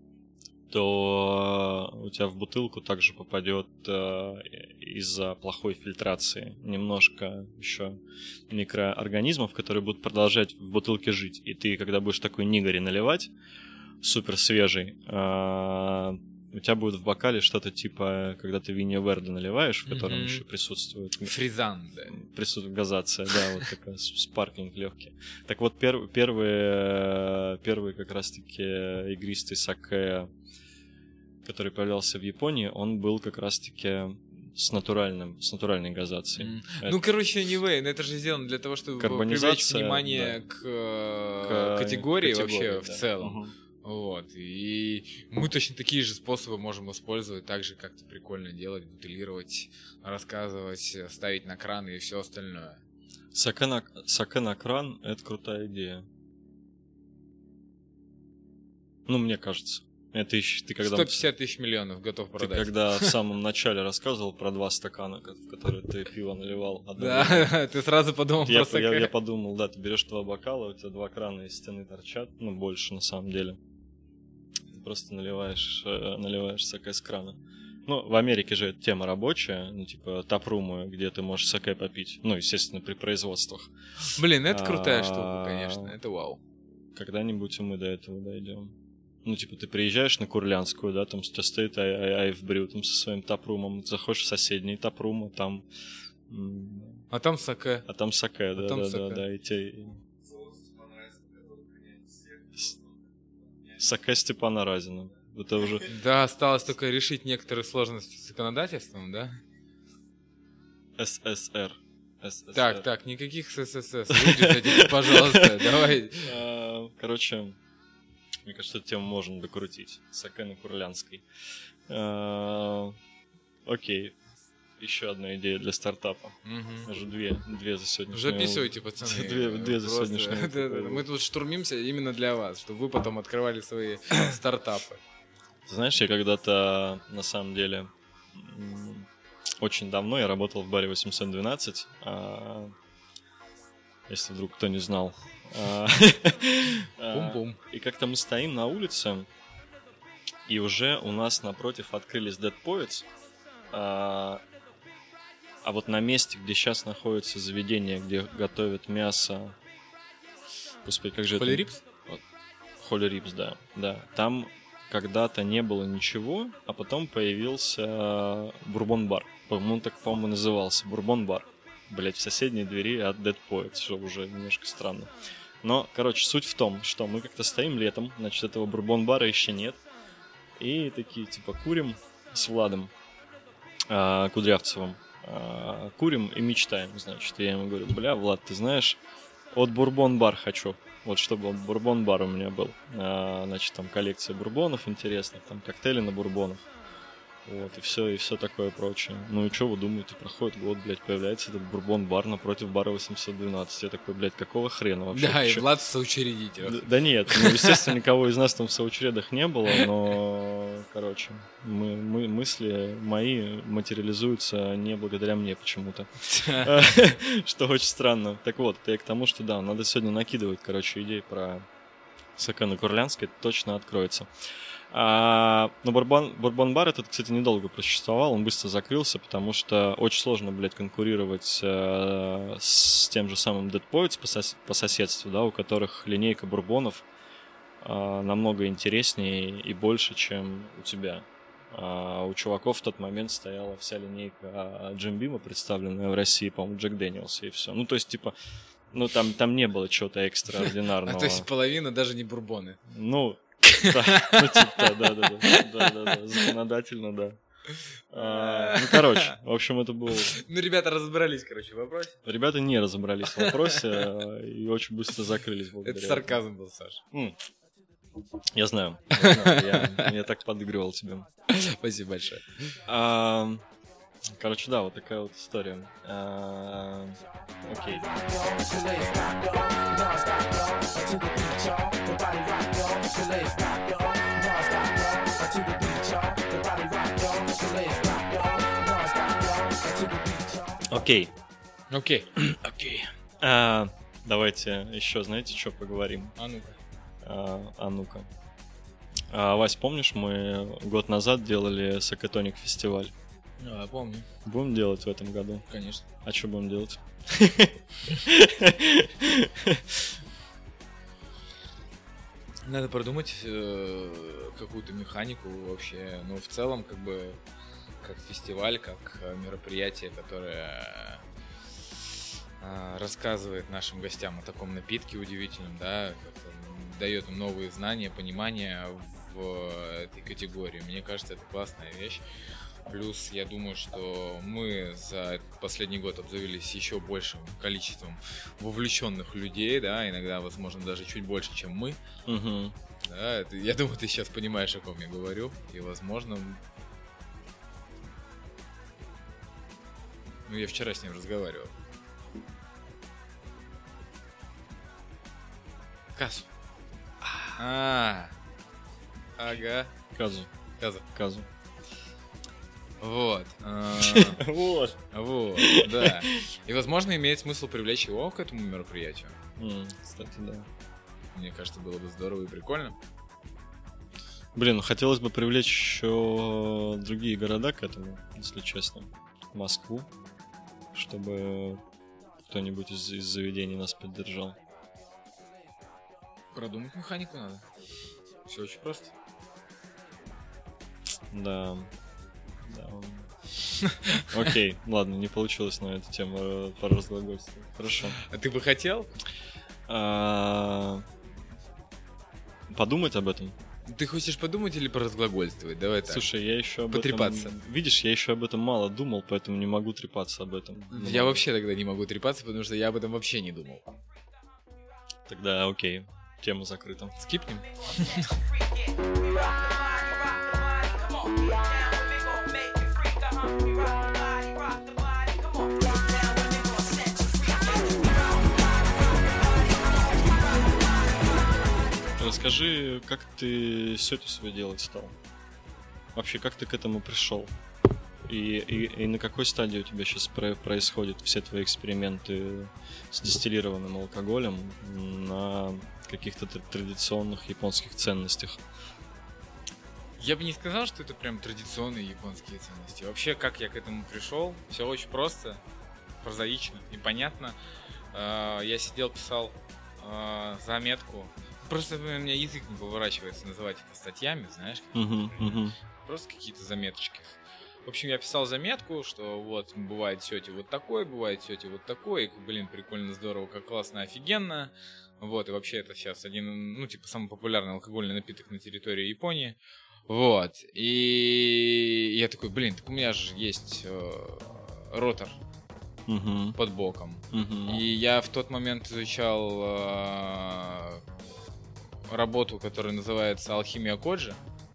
то у тебя в бутылку также попадет из-за плохой фильтрации немножко еще микроорганизмов, которые будут продолжать в бутылке жить. И ты, когда будешь такой нигори наливать, супер свежий, у тебя будет в бокале что-то типа, когда ты виньо верде наливаешь, в котором еще присутствует... Фризан, да. Присутствует газация, да, вот такой спарклинг легкий. Так вот, первый как раз-таки игристый саке, который появлялся в Японии, он был как раз-таки с натуральной газацией. Ну, короче, anyway, это же сделано для того, чтобы привлечь внимание к категории вообще в целом. Вот, и мы точно такие же способы можем использовать, так же как-то прикольно делать, бутылировать, рассказывать, ставить на краны и все остальное. Саке на кран — это крутая идея. Ну, мне кажется. Ты когда 150 тысяч миллионов готов продать. Ты когда в самом начале рассказывал про 2 стакана, в которые ты пиво наливал. Да, ты сразу подумал про саке. Я подумал, да, ты берешь 2 бокала, у тебя 2 крана из стены торчат, ну, больше на самом деле. Ты просто наливаешь саке с крана. Ну, в Америке же эта тема рабочая, ну, типа тапрумы, где ты можешь саке попить. Ну, естественно, при производствах. Блин, это крутая штука, конечно, это вау. Когда-нибудь и мы до этого дойдем. Ну, типа, ты приезжаешь на Курлянскую, да, там у тебя стоит Айфбрю там со своим тапрумом, заходишь в соседний тапрум, а там... А там саке. А там саке, да, и тебе... Саке Степана Разина. Это уже... Да, осталось только решить некоторые сложности с законодательством, да? СССР. Так, никаких СССР. Вырежите, пожалуйста, давай. Короче... Мне кажется, эту тему можно докрутить. Саке на Курлянской. Окей. Еще одна идея для стартапа. Уже две за сегодняшнюю. Записывайте, пацаны. Две за сегодняшнюю. Мы тут штурмимся именно для вас, чтобы вы потом открывали свои стартапы. Ты знаешь, я когда-то, на самом деле, очень давно я работал в баре 812. Если вдруг кто не знал. Пум-пум. И как-то мы стоим на улице, и уже у нас напротив открылись Dead Poets. А вот на месте, где сейчас находится заведение, где готовят мясо Господи, как же Холли это? Рипс? Холли Рипс, да. Да. Там когда-то не было ничего, а потом появился Бурбон-бар. По-моему, так, по-моему, назывался. Бурбон-бар. Блять, в соседней двери от Dead Poets, что уже немножко странно. Но, короче, суть в том, что мы как-то стоим летом, значит, этого Бурбон-бара еще нет. И такие, типа, курим с Владом Кудрявцевым. Курим и мечтаем, значит. И я ему говорю, бля, Влад, ты знаешь, от Бурбон-бар хочу. Вот чтобы бурбон-бар у меня был. Значит, там коллекция бурбонов интересных, там коктейли на бурбонах. Вот, и все такое прочее. Ну и что вы думаете, проходит год, блядь, появляется этот бурбон-бар напротив бара 812. Я такой, блядь, какого хрена вообще? Да, и Влад в соучредителях. Да нет, ну, естественно, никого из нас там в соучредах не было, но, короче, мысли мои материализуются не благодаря мне почему-то. Что очень странно. Так вот, это я к тому, что да, надо сегодня накидывать, короче, идей про саке на Курлянской, это точно откроется. Но Бурбон-бар этот, кстати, недолго просуществовал, он быстро закрылся, потому что очень сложно, блядь, конкурировать с тем же самым Dead Poets по соседству, да, у которых линейка бурбонов намного интереснее и больше, чем у тебя. У чуваков в тот момент стояла вся линейка Джим Бима, представленная в России, по-моему, Джек Дэниелс и все. Ну, то есть, типа, ну, там не было чего-то экстраординарного. То есть половина даже не бурбоны. Ну, да, ну типа, да, законодательно, да. Ну, короче, в общем, это был... Ну, ребята разобрались, короче, в вопросе. Ребята не разобрались в вопросе и очень быстро закрылись. Это сарказм был, Саш. Я знаю, я так подыгрывал тебе. Спасибо большое. Короче, да, вот такая вот история. Окей. Окей. Давайте еще, знаете, что поговорим? А ну-ка. Вась, помнишь, мы год назад делали Сакатоник фестиваль? Я помню. Будем делать в этом году? Конечно. А что будем делать? Надо продумать какую-то механику вообще. Ну, в целом, как бы, как фестиваль, как мероприятие, которое рассказывает нашим гостям о таком напитке удивительном, да, дает им новые знания, понимание в этой категории. Мне кажется, это классная вещь. Плюс, я думаю, что мы за этот последний год обзавелись еще большим количеством вовлеченных людей, да, иногда, возможно, даже чуть больше, чем мы. Угу. Да, я думаю, ты сейчас понимаешь, о ком я говорю. И, возможно... Ну, я вчера с ним разговаривал. Казу. Ага. Казу. Вот. Вот, да. И, возможно, имеет смысл привлечь его к этому мероприятию. Кстати, да. Мне кажется, было бы здорово и прикольно. Блин, ну хотелось бы привлечь еще другие города к этому, если честно. Москву, чтобы кто-нибудь из заведений нас поддержал. Продумать механику надо. Все очень просто. Да. Окей, ладно, не получилось на эту тему поразглагольствовать. Хорошо. А ты бы хотел? Подумать об этом? Ты хочешь подумать или поразглагольствовать? Давай так. Слушай, я еще об потрепаться. этом... Видишь, я еще об этом мало думал, поэтому не могу трепаться об этом. Я вообще тогда не могу трепаться, потому что я об этом вообще не думал. Тогда окей, тема закрыта. Скипнем? Расскажи, как ты сётю свою делать стал? Вообще, как ты к этому пришел? И на какой стадии у тебя сейчас происходят все твои эксперименты с дистиллированным алкоголем на каких-то традиционных японских ценностях? Я бы не сказал, что это прям традиционные японские ценности. Вообще, как я к этому пришел, все очень просто, прозаично и понятно. Я сидел, писал заметку. Просто у меня язык не поворачивается называть это статьями, знаешь. Просто какие-то заметочки. В общем, я писал заметку, что вот бывает сёти вот такой, бывает сёти вот такой. И, блин, прикольно, здорово, как классно, офигенно. Вот, и вообще это сейчас один, ну, типа, самый популярный алкогольный напиток на территории Японии. Вот, и я такой, блин, так у меня же есть ротор под боком. И я в тот момент изучал работу, которая называется «Алхимия Коджи».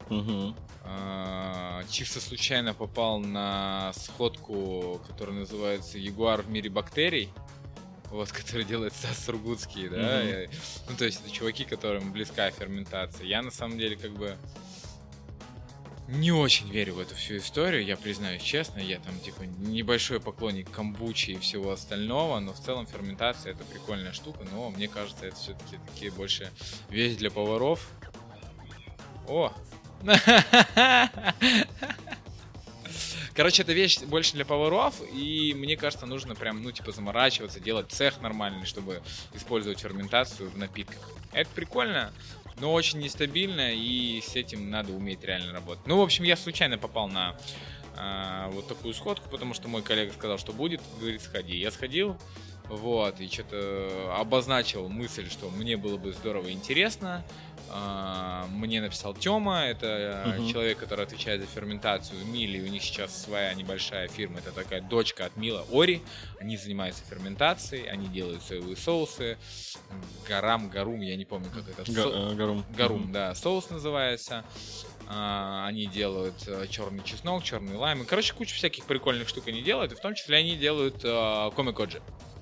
Чисто случайно попал на сходку, которая называется «Ягуар в мире бактерий», вот, который делает Стас Сургутский, да. Ну, то есть это чуваки, которым близка ферментация. Я на самом деле как бы не очень верю в эту всю историю, я признаюсь честно, я там типа небольшой поклонник камбучи и всего остального, но в целом ферментация это прикольная штука, но мне кажется, это все-таки такие больше вещь для поваров. О! Короче, это вещь больше для поваров, и мне кажется, нужно прям, ну, типа, заморачиваться, делать цех нормальный, чтобы использовать ферментацию в напитках. Это прикольно, но очень нестабильно, и с этим надо уметь реально работать. Ну, в общем, я случайно попал на вот такую сходку, потому что мой коллега сказал, что будет, говорит, сходи. Я сходил, вот, и что-то обозначил мысль, что мне было бы здорово и интересно. Мне написал Тёма, это человек, который отвечает за ферментацию в Миле, у них сейчас своя небольшая фирма, это такая дочка от Мила, Ори, они занимаются ферментацией, они делают соевые соусы, гарум, я не помню, как это, гарум, да, соус называется, они делают черный чеснок, черный лайм, короче, куча всяких прикольных штук они делают, и в том числе они делают коми-коджи.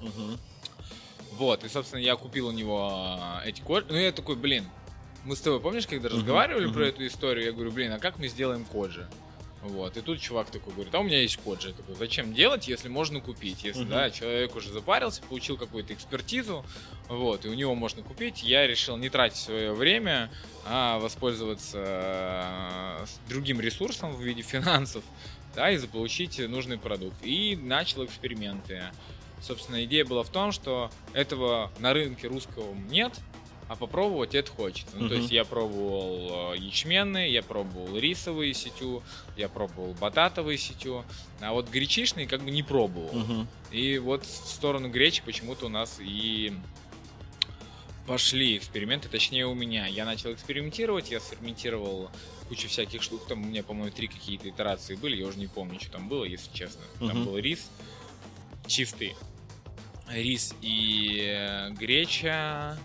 Вот, и, собственно, я купил у него эти коджи, ну я такой, блин, мы с тобой, помнишь, когда разговаривали про эту историю, я говорю, блин, а как мы сделаем коджи? Вот, и тут чувак такой говорит, а у меня есть коджи. Я такой, зачем делать, если можно купить? Если, да, человек уже запарился, получил какую-то экспертизу, вот, и у него можно купить. Я решил не тратить свое время, а воспользоваться другим ресурсом в виде финансов, да, и заполучить нужный продукт. И начал эксперименты. Собственно, идея была в том, что этого на рынке русского нет, а попробовать это хочется. Ну, то есть я пробовал ячменный, я пробовал рисовый сетю, я пробовал бататовый сетю, а вот гречишный как бы не пробовал. И вот в сторону гречи почему-то у нас и пошли эксперименты, точнее у меня. Я начал экспериментировать, я сферментировал кучу всяких штук, там у меня, по-моему, 3 какие-то итерации были, я уже не помню, что там было, если честно. Там был рис, чистый рис и греча,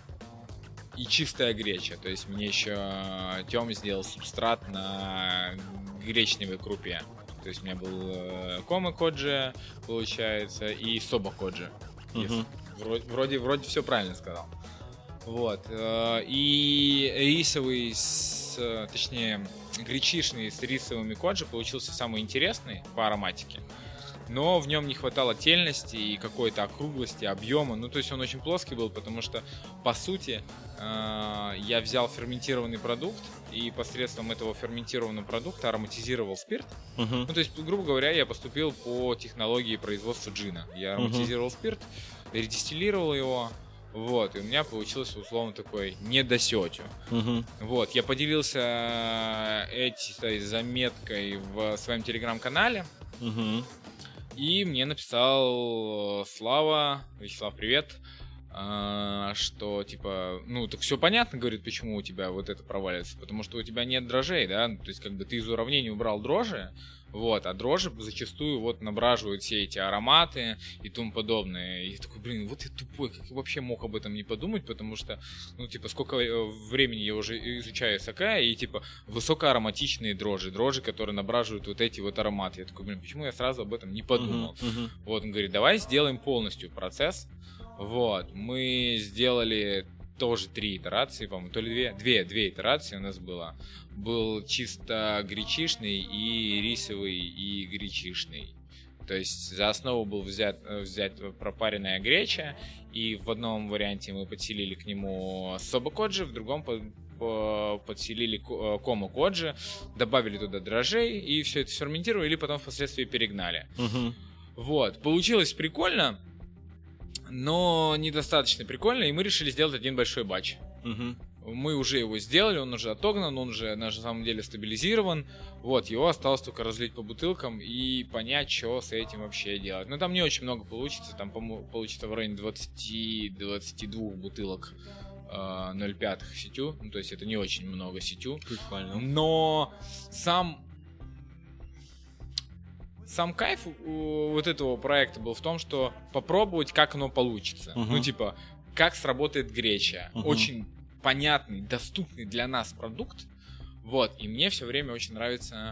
и чистая греча. То есть мне еще Тём сделал субстрат на гречневой крупе. То есть у меня был коми-коджи, получается, и соба-коджи. Вроде все правильно сказал. Вот. И рисовый, точнее, гречишный с рисовыми коджи получился самый интересный по ароматике. Но в нем не хватало тельности и какой-то округлости, объема. Ну, то есть он очень плоский был, потому что, по сути, я взял ферментированный продукт и посредством этого ферментированного продукта ароматизировал спирт. Ну, то есть, грубо говоря, я поступил по технологии производства джина. Я ароматизировал спирт, передистиллировал его, вот, и у меня получился условно такой недосетю. Вот, я поделился этой заметкой в своем телеграм-канале. И мне написал Слава, Вячеслав, привет, что типа, ну так все понятно, говорит, почему у тебя вот это проваливается, потому что у тебя нет дрожжей, да, то есть как бы ты из уравнения убрал дрожжи, вот, а дрожжи зачастую вот набраживают все эти ароматы и тому подобное. И я такой, блин, вот я тупой, как я вообще мог об этом не подумать, потому что, ну, типа, сколько времени я уже изучаю сакэ, и, типа, высокоароматичные дрожжи, которые набраживают вот эти вот ароматы. Я такой, блин, почему я сразу об этом не подумал? Вот, он говорит, давай сделаем полностью процесс. Вот, мы сделали тоже 3 итерации, по-моему, то ли 2 итерации у нас было. Был чисто гречишный и рисовый и гречишный. То есть за основу был взять пропаренная греча, и в одном варианте мы подселили к нему соба-коджи, в другом подселили комо-коджи, добавили туда дрожжей, и все это ферментировали, и потом впоследствии перегнали. Вот, получилось прикольно. но недостаточно прикольно, и мы решили сделать один большой батч. Мы уже его сделали, он уже отогнан, он уже на самом деле стабилизирован. Вот, его осталось только разлить по бутылкам и понять, что с этим вообще делать. Но там не очень много получится, там получится в районе 20-22 бутылок 0,5 сетю. Ну, то есть это не очень много сетю. Прикольно. Но сам кайф вот этого проекта был в том, что попробовать, как оно получится. Ну, типа, как сработает греча. Очень понятный, доступный для нас продукт. Вот, и мне все время очень нравится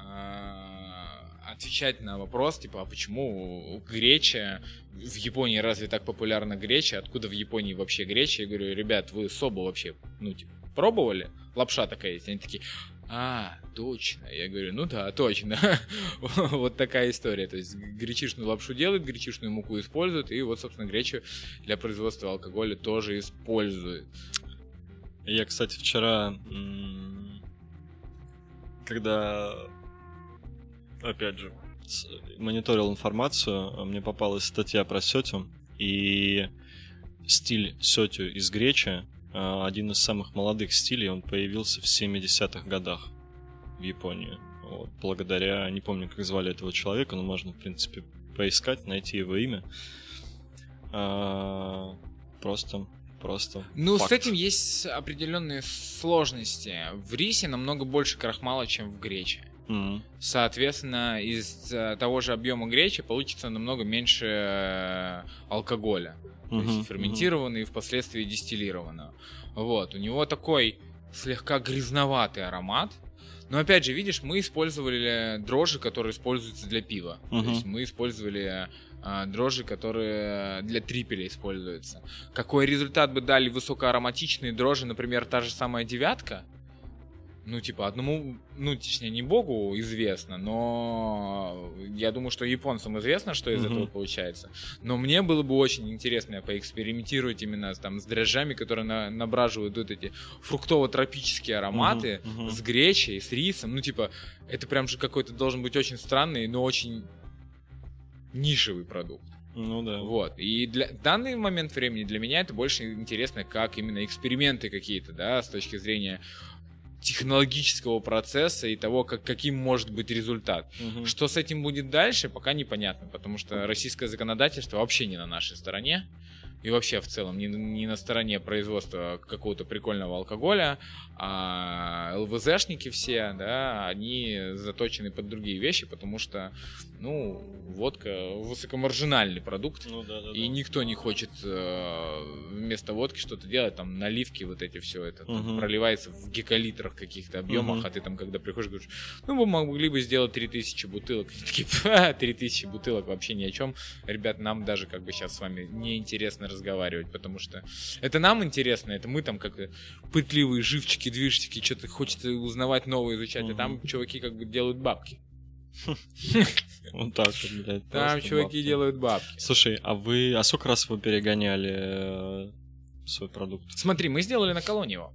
отвечать на вопрос, типа, а почему греча, в Японии разве так популярна греча, откуда в Японии вообще греча? Я говорю, ребят, вы собу вообще, ну, типа, пробовали? Лапша такая есть. Они такие, точно. Я говорю, ну да, точно. Вот такая история. То есть гречишную лапшу делают, гречишную муку используют, и вот, собственно, гречу для производства алкоголя тоже используют. Я, кстати, вчера, когда, опять же, мониторил информацию, мне попалась статья про сетю, и стиль сетю из гречи, один из самых молодых стилей, он появился в 70-х годах в Японии. Вот, благодаря, не помню, как звали этого человека, но можно, в принципе, поискать, найти его имя. Просто ну, факт. с этим есть определенные сложности. В рисе намного больше крахмала, чем в грече. Соответственно, из того же объема гречи получится намного меньше алкоголя. То есть ферментированного и впоследствии дистиллированного. Вот. У него такой слегка грязноватый аромат. Но опять же, видишь, мы использовали дрожжи, которые используются для пива. То есть мы использовали дрожжи, которые для трипеля используются. Какой результат бы дали высокоароматичные дрожжи, например, та же самая девятка? Ну, типа, одному, ну, точнее, не богу известно, но я думаю, что японцам известно, что из этого получается. Но мне было бы очень интересно поэкспериментировать именно там с дрожжами, которые набраживают вот эти фруктово-тропические ароматы с гречей, с рисом. Ну, типа, это прям же какой-то должен быть очень странный, но очень нишевый продукт. Ну да. Вот. И в данный момент времени для меня это больше интересно, как именно эксперименты какие-то, да, с точки зрения технологического процесса и того, каким может быть результат. Что с этим будет дальше, пока непонятно, потому что российское законодательство вообще не на нашей стороне. И вообще в целом не на стороне производства какого-то прикольного алкоголя, а ЛВЗшники все, да, они заточены под другие вещи, потому что, ну, водка высокомаржинальный продукт, и никто не хочет вместо водки что-то делать, там наливки вот эти все это проливается в гекалитрах каких-то объемах, а ты там, когда приходишь, говоришь, ну, мы могли бы сделать 3000 бутылок. И такие, 3000 бутылок вообще ни о чем. Ребят, нам даже как бы сейчас с вами неинтересно разговаривать, потому что это нам интересно, это мы там как пытливые живчики, движчики, что-то хочется узнавать новое, изучать, а там чуваки как бы делают бабки. Вот так вот, блядь. Там чуваки делают бабки. Слушай, а сколько раз вы перегоняли свой продукт? Смотри, мы сделали на колонии его.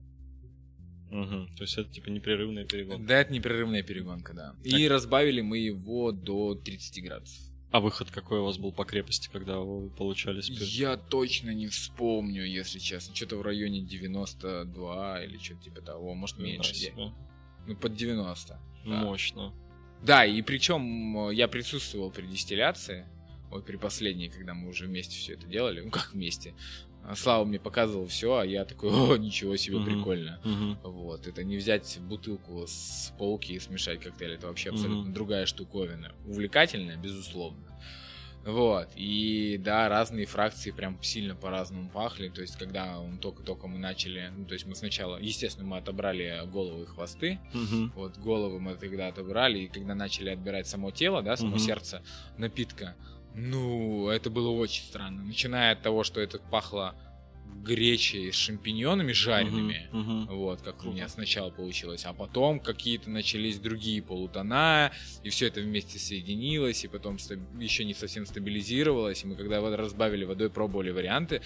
То есть это типа непрерывная перегонка? Да, это непрерывная перегонка, да. И разбавили мы его до 30 градусов. А выход какой у вас был по крепости, когда вы получали спирт? Я точно не вспомню, если честно. Что-то в районе 92 или что-то типа того. Может, меньше. Ну, под 90. Мощно. Да, и причем я присутствовал при дистилляции. Вот при последней, когда мы уже вместе все это делали. Ну, как вместе. Слава мне показывал все, а я такой, о, ничего себе, прикольно. Вот, это не взять бутылку с полки и смешать коктейль, это вообще абсолютно другая штуковина. Увлекательная, безусловно. Вот, и да, разные фракции прям сильно по-разному пахли, то есть когда только мы начали, ну, то есть мы сначала, естественно, мы отобрали головы и хвосты, вот головы мы тогда отобрали, и когда начали отбирать само тело, да, само сердце напитка, ну, это было очень странно. Начиная от того, что это пахло гречей с шампиньонами жареными, вот, как у меня сначала получилось, а потом какие-то начались другие полутона, и все это вместе соединилось, и потом еще не совсем стабилизировалось, и мы когда разбавили водой, пробовали варианты.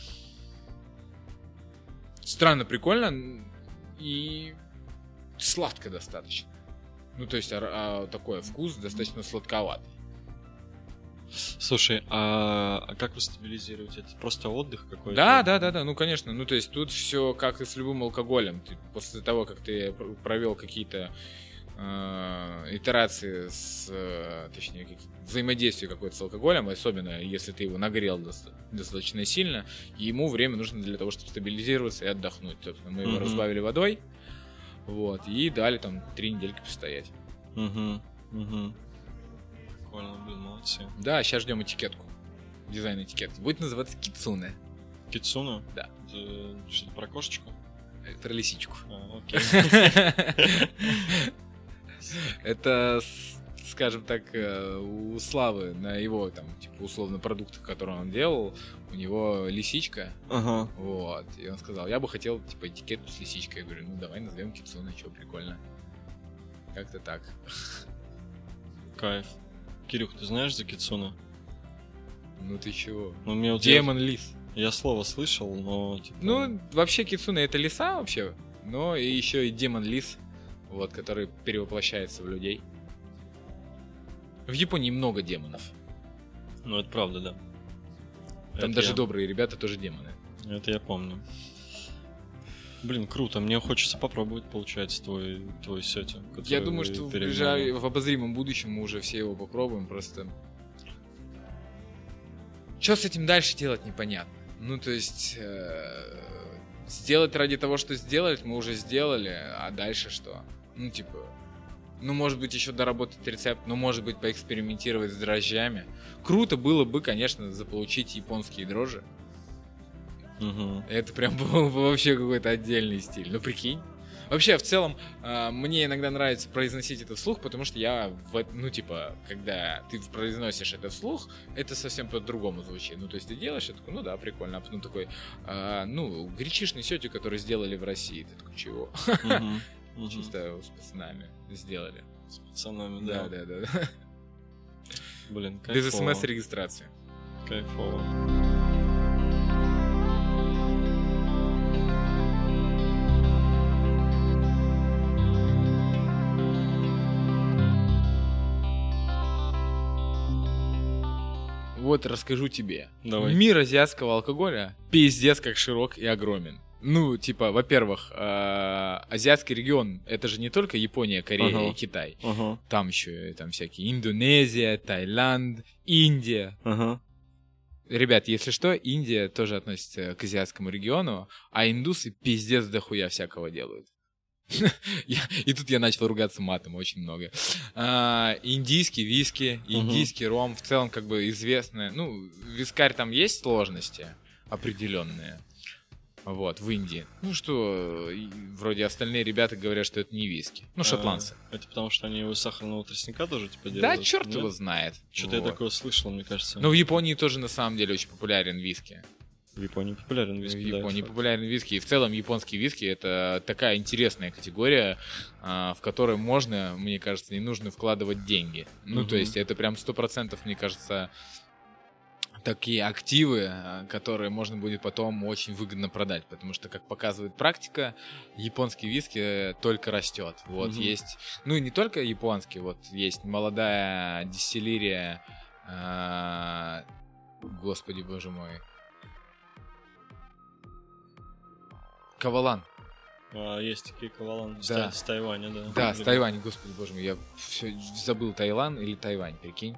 Странно, прикольно, и сладко достаточно. Ну, то есть такой вкус достаточно сладковатый. Слушай, а как вы стабилизируете? Это просто отдых какой-то? Да, ну конечно. Ну, то есть тут все как и с любым алкоголем. Ты после того, как ты провел какие-то итерации точнее, взаимодействие какое-то с алкоголем, особенно если ты его нагрел достаточно сильно, и ему время нужно для того, чтобы стабилизироваться и отдохнуть. Собственно, мы его разбавили водой, вот, и дали там 3 недельки постоять. Прикольно, блин, молодцы. Да, сейчас ждем этикетку. Дизайн этикетки. Будет называться Кицуне. Кицуна? Да. Это что-то про кошечку? Про лисичку. Окей. Это, скажем так, у Славы на его, там, типа, условно, продуктах, которые он делал, у него лисичка. Ага. Вот. И он сказал, я бы хотел, типа, этикетку с лисичкой. Я говорю, ну, давай назовем Кицуна, что, прикольно. Как-то так. Кайф. Кирюх, ты знаешь за Кицуна? Ну, ты чего? Ну, мне вот Демон лис. Я слово слышал, но... Типа... Ну, вообще Кицуна это лиса вообще, но и еще и демон лис, вот, который перевоплощается в людей. В Японии много демонов. Ну, это правда, да. Там даже добрые ребята тоже демоны. Это я помню. Блин, круто. Мне хочется попробовать, получается, твой сетинг. Я думаю, что в обозримом будущем мы уже все его попробуем, просто... Что с этим дальше делать, непонятно. Ну, то есть... Сделать ради того, что сделать, мы уже сделали, а дальше что? Ну, типа... Ну, может быть, еще доработать рецепт, но, может быть, поэкспериментировать с дрожжами. Круто было бы, конечно, заполучить японские дрожжи. Угу. Это прям был бы вообще какой-то отдельный стиль. Ну, прикинь. Вообще, в целом, мне иногда нравится произносить это вслух, потому что я, ну, типа, когда ты произносишь это вслух, это совсем по-другому звучит. Ну, то есть ты делаешь, я такой, ну да, прикольно. А потом такой, ну, гречишный сетик, который сделали в России. Ты такой, чего? Чисто с пацанами сделали. С пацанами, да. Да. Блин, кайфово. Без СМС-регистрации. Кайфово. Вот расскажу тебе. Давай. Мир азиатского алкоголя пиздец как широк и огромен. Ну, типа, во-первых, азиатский регион — это же не только Япония, Корея и Китай. Там еще там всякие Индонезия, Таиланд, Индия. Ребят, если что, Индия тоже относится к азиатскому региону, а индусы пиздец дохуя всякого делают. И тут я начал ругаться матом очень много. Индийский виски, индийский ром, в целом как бы известное. Ну, вискарь там есть сложности определенные. Вот, в Индии. Ну что, вроде остальные ребята говорят, что это не виски. Ну, шотландцы. Это потому, что они его из сахарного тростника тоже типа делают? Да, черт его знает. Что-то я такое слышал, мне кажется. Но в Японии тоже на самом деле очень популярен виски. В Японии популярен виски, В Японии популярен виски. И в целом японский виски — это такая интересная категория, в которой можно, мне кажется, не нужно вкладывать деньги. Ну, то есть это прям 100%, мне кажется, такие активы, которые можно будет потом очень выгодно продать, потому что, как показывает практика, японский виски только растет. Вот есть, ну и не только японский, вот есть молодая дистиллерия, господи боже мой, Кавалан. Есть такие Кавалан, да. С Тайваня, да. Да, с Тайваня, господи боже мой, я все забыл, Таиланд или Тайвань, прикинь.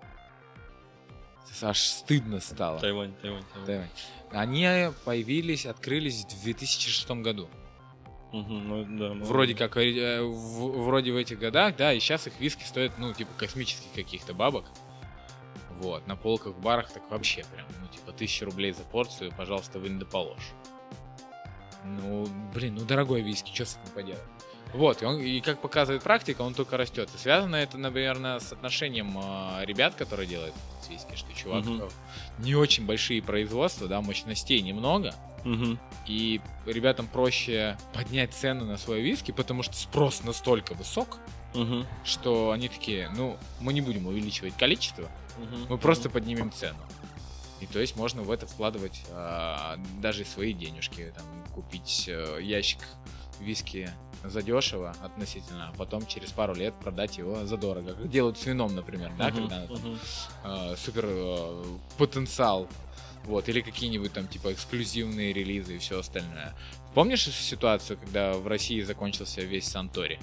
Аж стыдно стало. Тайвань. Они появились, открылись в 2006 году. Ну, да, вроде как, вроде в этих годах, да, и сейчас их виски стоят, ну, типа, космических каких-то бабок. Вот, на полках в барах так вообще прям, ну, типа, 1000 рублей за порцию, пожалуйста, вы не доположь. Ну, блин, ну, дорогой виски, что с этим поделать? Вот, и как показывает практика, он только растет. И связано это, наверное, с отношением ребят, которые делают виски, что, чувак, не очень большие производства, да, мощностей немного, и ребятам проще поднять цену на свой виски, потому что спрос настолько высок, что они такие, ну, мы не будем увеличивать количество, мы просто поднимем цену. И то есть можно в это вкладывать даже свои денежки, там, купить ящик виски задешево относительно, а потом через пару лет продать его задорого. Как делают с вином, например, да, когда супер потенциал, вот, или какие-нибудь там типа эксклюзивные релизы и все остальное. Помнишь ситуацию, когда в России закончился весь Сантори?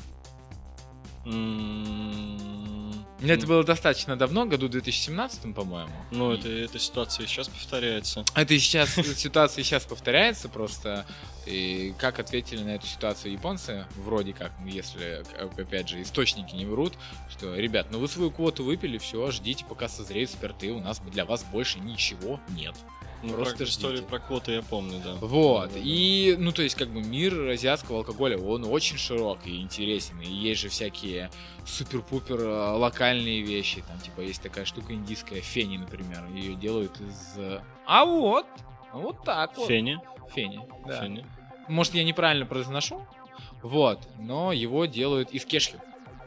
Это было достаточно давно, году 2017, по-моему. Ну, эта ситуация и сейчас повторяется. Ситуация сейчас повторяется, просто и как ответили на эту ситуацию японцы, вроде как, если, опять же, источники не врут, что, ребят, ну вы свою квоту выпили, все, ждите, пока созреют спирты, у нас для вас больше ничего нет. Ну, просто историю про квоты я помню, да. Вот, и, ну, то есть, как бы, мир азиатского алкоголя, он очень широк и интересен, и есть же всякие супер-пупер локальные вещи, там, типа, есть такая штука индийская, фени, например, ее делают из... вот так вот. Фени, да. Фени. Может, я неправильно произношу, вот, но его делают из кешью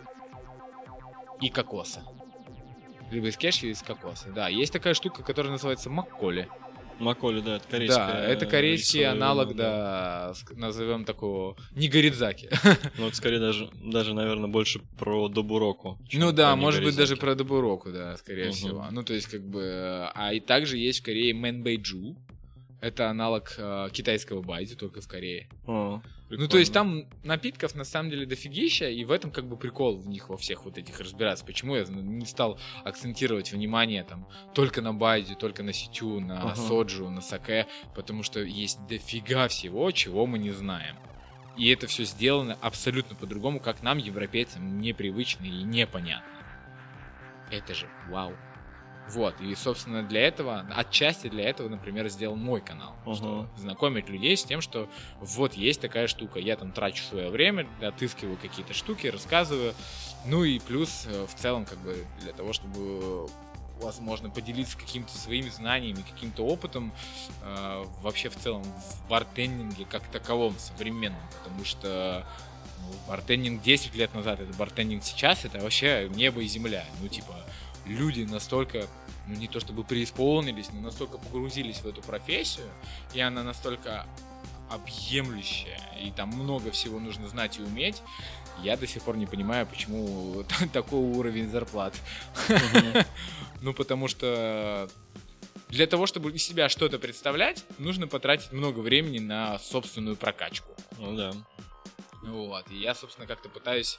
и кокоса. Либо из кешью, из кокоса, да. Есть такая штука, которая называется макколи. Макколи, да, это корейская. Да, это корейский аналог, да, назовем такого нигоридзаки. Ну, это скорее даже, наверное, больше про добуроку. Ну да, может быть, даже про добуроку, да, скорее всего. Ну, то есть, как бы... А и также есть в Корее мэнбэйджу. Это аналог китайского байди, только в Корее. Ну, то есть там напитков на самом деле дофигища, и в этом как бы прикол в них во всех вот этих разбираться. Почему я не стал акцентировать внимание там только на байди, только на ситю, на соджу, на саке, потому что есть дофига всего, чего мы не знаем. И это все сделано абсолютно по-другому, как нам, европейцам, непривычно и непонятно. Это же вау. Вот, и, собственно, для этого, отчасти для этого, например, сделал мой канал, что знакомить людей с тем, что вот есть такая штука, я там трачу свое время, отыскиваю какие-то штуки, рассказываю, ну и плюс в целом, как бы, для того, чтобы, возможно, поделиться какими-то своими знаниями, каким-то опытом вообще в целом в бартендинге как таковом современном, потому что бартендинг 10 лет назад, это бартендинг сейчас, это вообще небо и земля, ну типа... Люди настолько, ну не то чтобы преисполнились, но настолько погрузились в эту профессию, и она настолько объемлющая, и там много всего нужно знать и уметь, я до сих пор не понимаю, почему такой уровень зарплат. Ну потому что для того, чтобы из себя что-то представлять, нужно потратить много времени на собственную прокачку. Ну да. Вот, и я, собственно, как-то пытаюсь...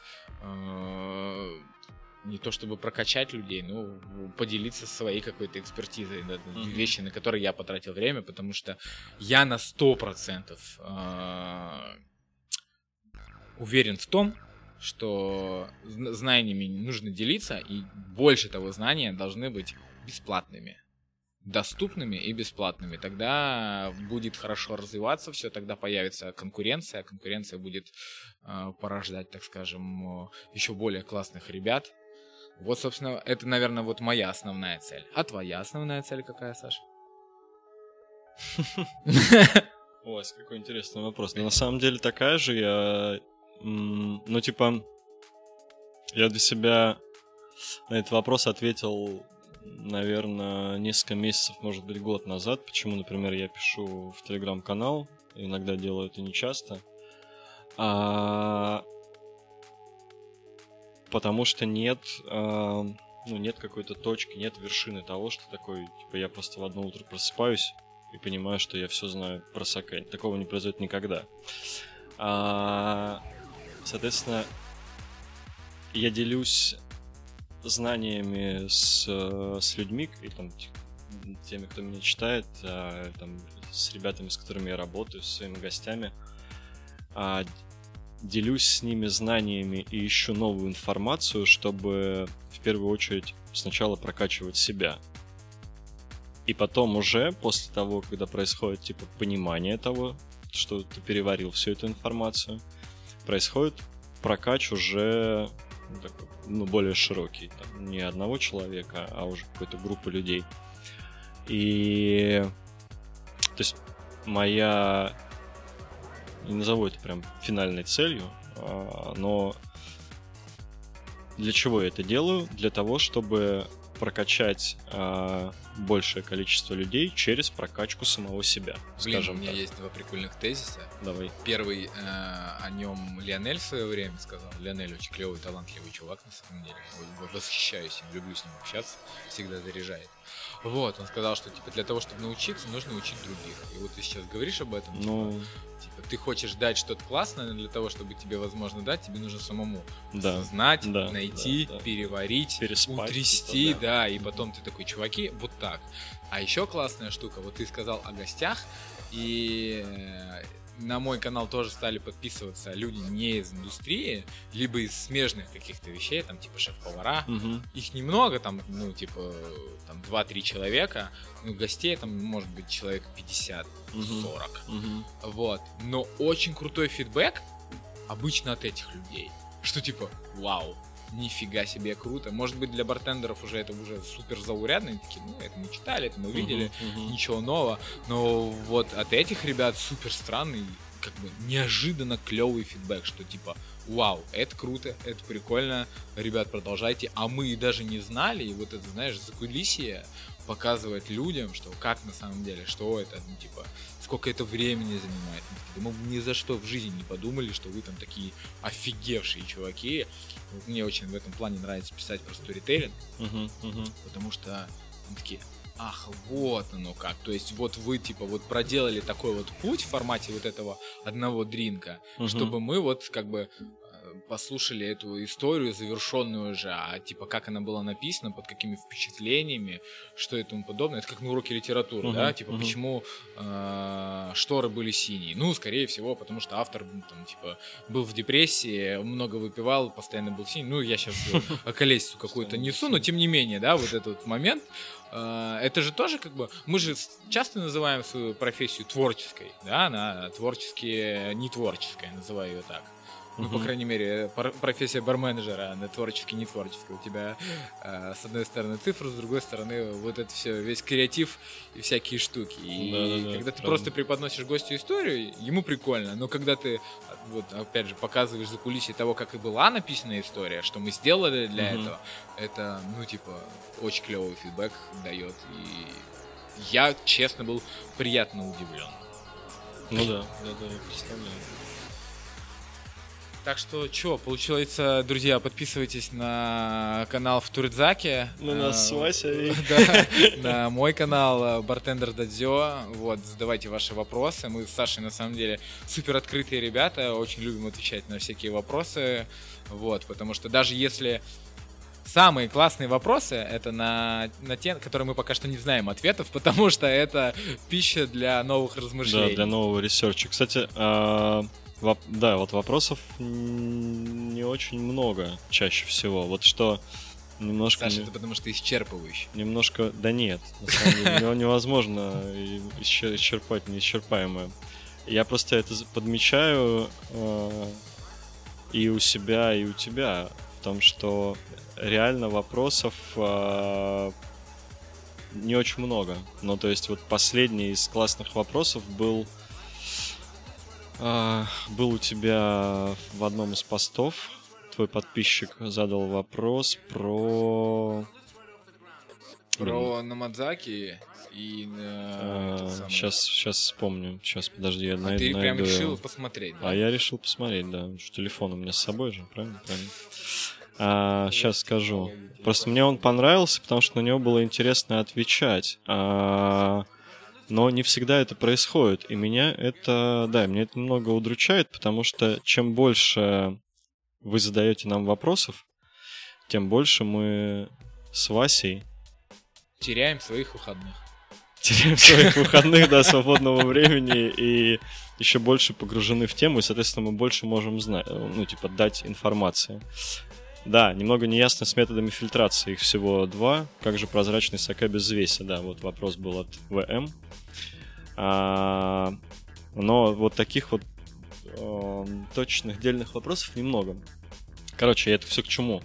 не то чтобы прокачать людей, но поделиться своей какой-то экспертизой, да, вещи, на которые я потратил время, потому что я на 100% уверен в том, что знаниями нужно делиться, и больше того, знания должны быть бесплатными, доступными и бесплатными. Тогда будет хорошо развиваться все, тогда появится конкуренция, а конкуренция будет порождать, так скажем, еще более классных ребят. Вот, собственно, это, наверное, вот моя основная цель. А твоя основная цель какая, Саша? Ой, какой интересный вопрос. Но на самом деле такая же. Я для себя на этот вопрос ответил, наверное, несколько месяцев, может быть, год назад. Почему, например, я пишу в Телеграм-канал, иногда делаю это нечасто. Потому что нет какой-то точки, нет вершины того, что такое, типа, я просто в одно утро просыпаюсь и понимаю, что я все знаю про саке. Такого не произойдет никогда. Соответственно, я делюсь знаниями с людьми, и, там, теми, кто меня читает, там, с ребятами, с которыми я работаю, с своими гостями. Делюсь с ними знаниями и ищу новую информацию, чтобы в первую очередь сначала прокачивать себя. И потом уже, после того, когда происходит типа понимание того, что ты переварил всю эту информацию, происходит прокач уже такой, более широкий. Там, не одного человека, а уже какой-то группы людей. И то есть моя... Не назову это прям финальной целью, но для чего я это делаю? Для того, чтобы прокачать большее количество людей через прокачку самого себя, скажем у меня так. есть 2 прикольных тезиса. Давай. Первый, о нем Лионель в свое время сказал. Лионель очень клевый, талантливый чувак, на самом деле. Восхищаюсь им, люблю с ним общаться, всегда заряжает. Вот, он сказал, что типа для того, чтобы научиться, нужно учить других. И вот ты сейчас говоришь об этом, типа, ты хочешь дать что-то классное, но для того, чтобы тебе возможно дать, тебе нужно самому знать, найти, переварить, утрясти, и потом ты такой, чуваки, вот так. А еще классная штука, вот ты сказал о гостях, и на мой канал тоже стали подписываться люди не из индустрии, либо из смежных каких-то вещей, там типа шеф-повара. Их немного, там, там 2-3 человека, гостей там может быть человек 50-40. Вот. Но очень крутой фидбэк обычно от этих людей. Что типа, вау, нифига себе круто. Может быть, для бартендеров уже это уже супер заурядно. Они такие, это мы читали, это мы видели, ничего нового. Но вот от этих ребят супер странный, как бы неожиданно клевый фидбэк, что типа, вау, это круто, это прикольно, ребят, продолжайте. А мы даже не знали, и вот это, знаешь, закулисье показывать людям, что как на самом деле, что это, сколько это времени занимает. Мы ни за что в жизни не подумали, что вы там такие офигевшие чуваки. Вот мне очень в этом плане нравится писать про сторителлинг, потому что они такие, ах, вот оно как. То есть вот вы типа вот проделали такой вот путь в формате вот этого одного дринка, чтобы мы вот как бы послушали эту историю завершенную уже, а типа как она была написана, под какими впечатлениями, что и тому подобное. Это как на уроке литературы, да, типа почему шторы были синие. Ну, скорее всего, потому что автор там, типа, был в депрессии, много выпивал, постоянно был синий. Ну, я сейчас околесицу какую-то несу, но тем не менее, да, вот этот вот это же тоже как бы, мы же часто называем свою профессию творческой, да, она творчески не творческая, называю ее так. Ну, по крайней мере, профессия барменеджера, она творчески, не творческая. У тебя, с одной стороны, цифры, с другой стороны, вот это все, весь креатив и всякие штуки. И когда ты просто преподносишь гостю историю, ему прикольно. Но когда ты, вот, опять же, показываешь закулисье того, как и была написана история, что мы сделали для этого, это, очень клевый фидбэк дает. И я, честно, был приятно удивлен. Ну да, я представляю. Так что, получается, друзья, подписывайтесь на канал в Туридзаке. На нас с Васей. Да, на мой канал Bartender Дадзё. Вот, задавайте ваши вопросы. Мы с Сашей, на самом деле, супер открытые ребята. Очень любим отвечать на всякие вопросы. Вот, потому что даже если самые классные вопросы, это на те, которые мы пока что не знаем ответов, потому что это пища для новых размышлений. Да, для нового ресерча. Кстати, да, вот вопросов не очень много чаще всего. Вот что немножко... Саша, это потому что исчерпывающий. Немножко... Да нет, на самом деле невозможно исчерпать неисчерпаемое. Я просто это подмечаю и у себя, и у тебя. В том, что реально вопросов не очень много. Ну, то есть вот последний из классных вопросов был у тебя в одном из постов. Твой подписчик задал вопрос про Намадзаки и сейчас вспомню. Сейчас, подожди, я найду. Ты прям решил посмотреть, да? А я решил посмотреть, да. Что телефон у меня с собой же, правильно? Сейчас скажу. Просто мне он понравился, потому что на него было интересно отвечать. Но не всегда это происходит. И меня это немного удручает, потому что чем больше вы задаете нам вопросов, тем больше мы с Васей теряем своих выходных. Да, свободного времени, и еще больше погружены в тему, и, соответственно, мы больше можем знать, дать информации. Да, немного неясно с методами фильтрации, их всего 2. Как же прозрачный саке без взвеси? Да, вот вопрос был от ВМ. Но вот таких вот точных, дельных вопросов немного. Короче, это все к чему?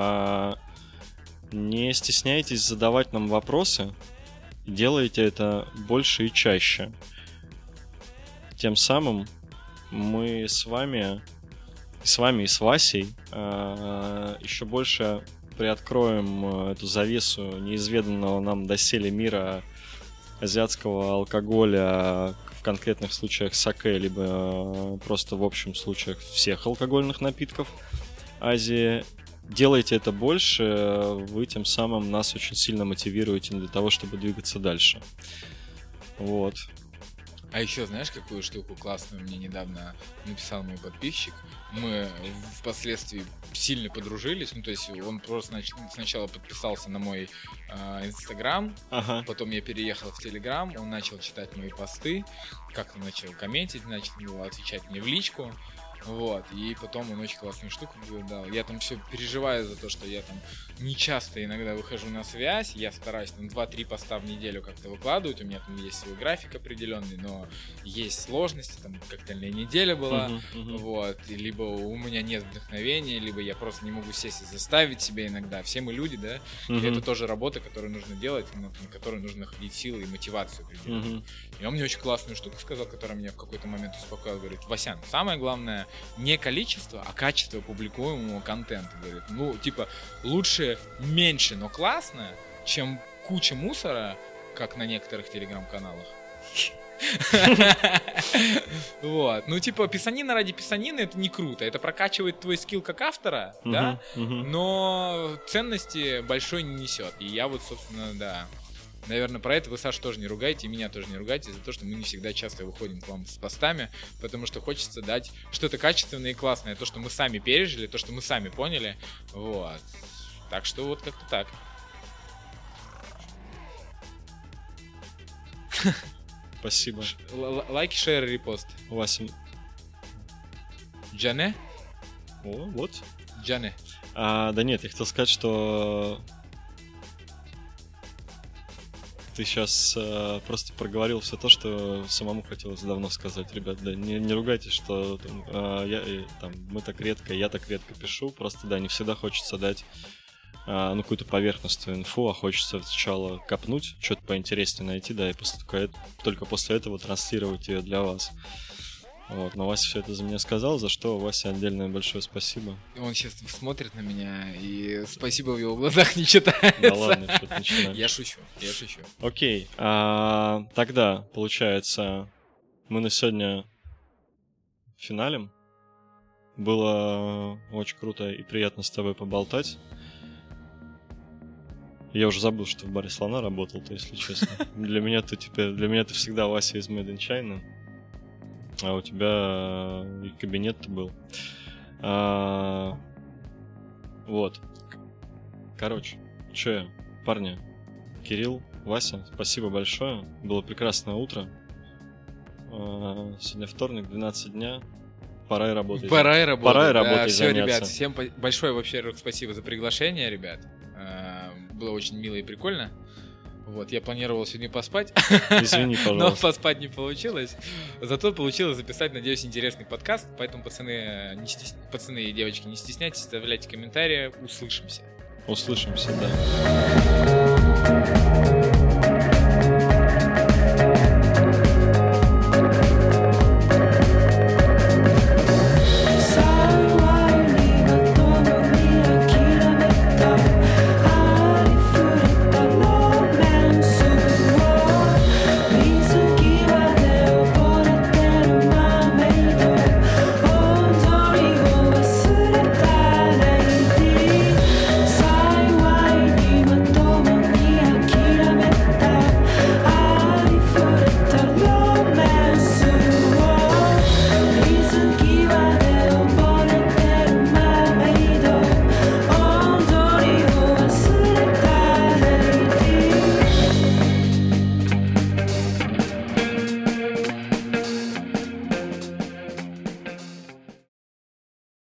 Не стесняйтесь задавать нам вопросы. Делайте это больше и чаще. Тем самым мы с вами и с Васей еще больше приоткроем эту завесу неизведанного нам доселе мира азиатского алкоголя, в конкретных случаях саке, либо просто в общем случаях всех алкогольных напитков Азии. Делайте это больше, вы тем самым нас очень сильно мотивируете для того, чтобы двигаться дальше. Вот. А еще знаешь, какую штуку классную мне недавно написал мой подписчик? Мы впоследствии сильно подружились. Ну, то есть он просто сначала подписался на мой Инстаграм, потом я переехал в Телеграм, он начал читать мои посты, как-то начал комментить, начал отвечать мне в личку. Вот, и потом он очень классную штуку дал. Я там все переживаю за то, что я там не часто иногда выхожу на связь. Я стараюсь там 2-3 поста в неделю как-то выкладывать. У меня там есть свой график определенный, но есть сложности. Там коктейльная неделя была. Вот, и либо у меня нет вдохновения, либо я просто не могу сесть и заставить себя иногда. Все мы люди, да? И это тоже работа, которую нужно делать, на которую нужно находить силы и мотивацию определенную. И он мне очень классную штуку сказал, которая меня в какой-то момент успокоила. Говорит: Васян, самое главное не количество, а качество публикуемого контента. Говорит, ну, типа, лучше меньше, но классно, чем куча мусора, как на некоторых телеграм-каналах. Вот. Ну, типа, писанина ради писанины — это не круто. Это прокачивает твой скилл как автора, да, но ценности большой не несет. И я вот, собственно, да. Наверное, про это вы, Саша, тоже не ругайте, и меня тоже не ругайте за то, что мы не всегда часто выходим к вам с постами, потому что хочется дать что-то качественное и классное, то, что мы сами пережили, то, что мы сами поняли, вот. Так что вот как-то так. Спасибо. Лайк, шер, репост. Вася. Джане? О, вот. Джане. Да нет, я хотел сказать, что ты сейчас просто проговорил все то, что самому хотелось давно сказать. Ребят, да, не ругайтесь, что мы так редко, я так редко пишу. Просто, да, не всегда хочется дать какую-то поверхностную инфу, а хочется сначала копнуть, что-то поинтереснее найти, да, и только после этого транслировать ее для вас. Вот, но Вася все это за меня сказал, за что Васе отдельное большое спасибо. Он сейчас смотрит на меня, и спасибо в его глазах не читается. Да ладно, что ты начинаешь. Я шучу. Окей, тогда, получается, мы на сегодня финалем. Было очень круто и приятно с тобой поболтать. Я уже забыл, что в баре Слона работал-то, если честно. Для меня ты всегда Вася из Made in China. А у тебя и кабинет-то был. Вот. Короче, парни, Кирилл, Вася, спасибо большое. Было прекрасное утро. Сегодня вторник, 12 дня. Пора и работать. Пора и работать. Все, заняться. Ребят, всем большое вообще спасибо за приглашение, ребят. Было очень мило и прикольно. Вот, я планировал сегодня поспать. Извини, пожалуйста. Но поспать не получилось. Зато получилось записать, надеюсь, интересный подкаст. Поэтому, пацаны и девочки, не стесняйтесь, оставляйте комментарии. Услышимся. Услышимся, да.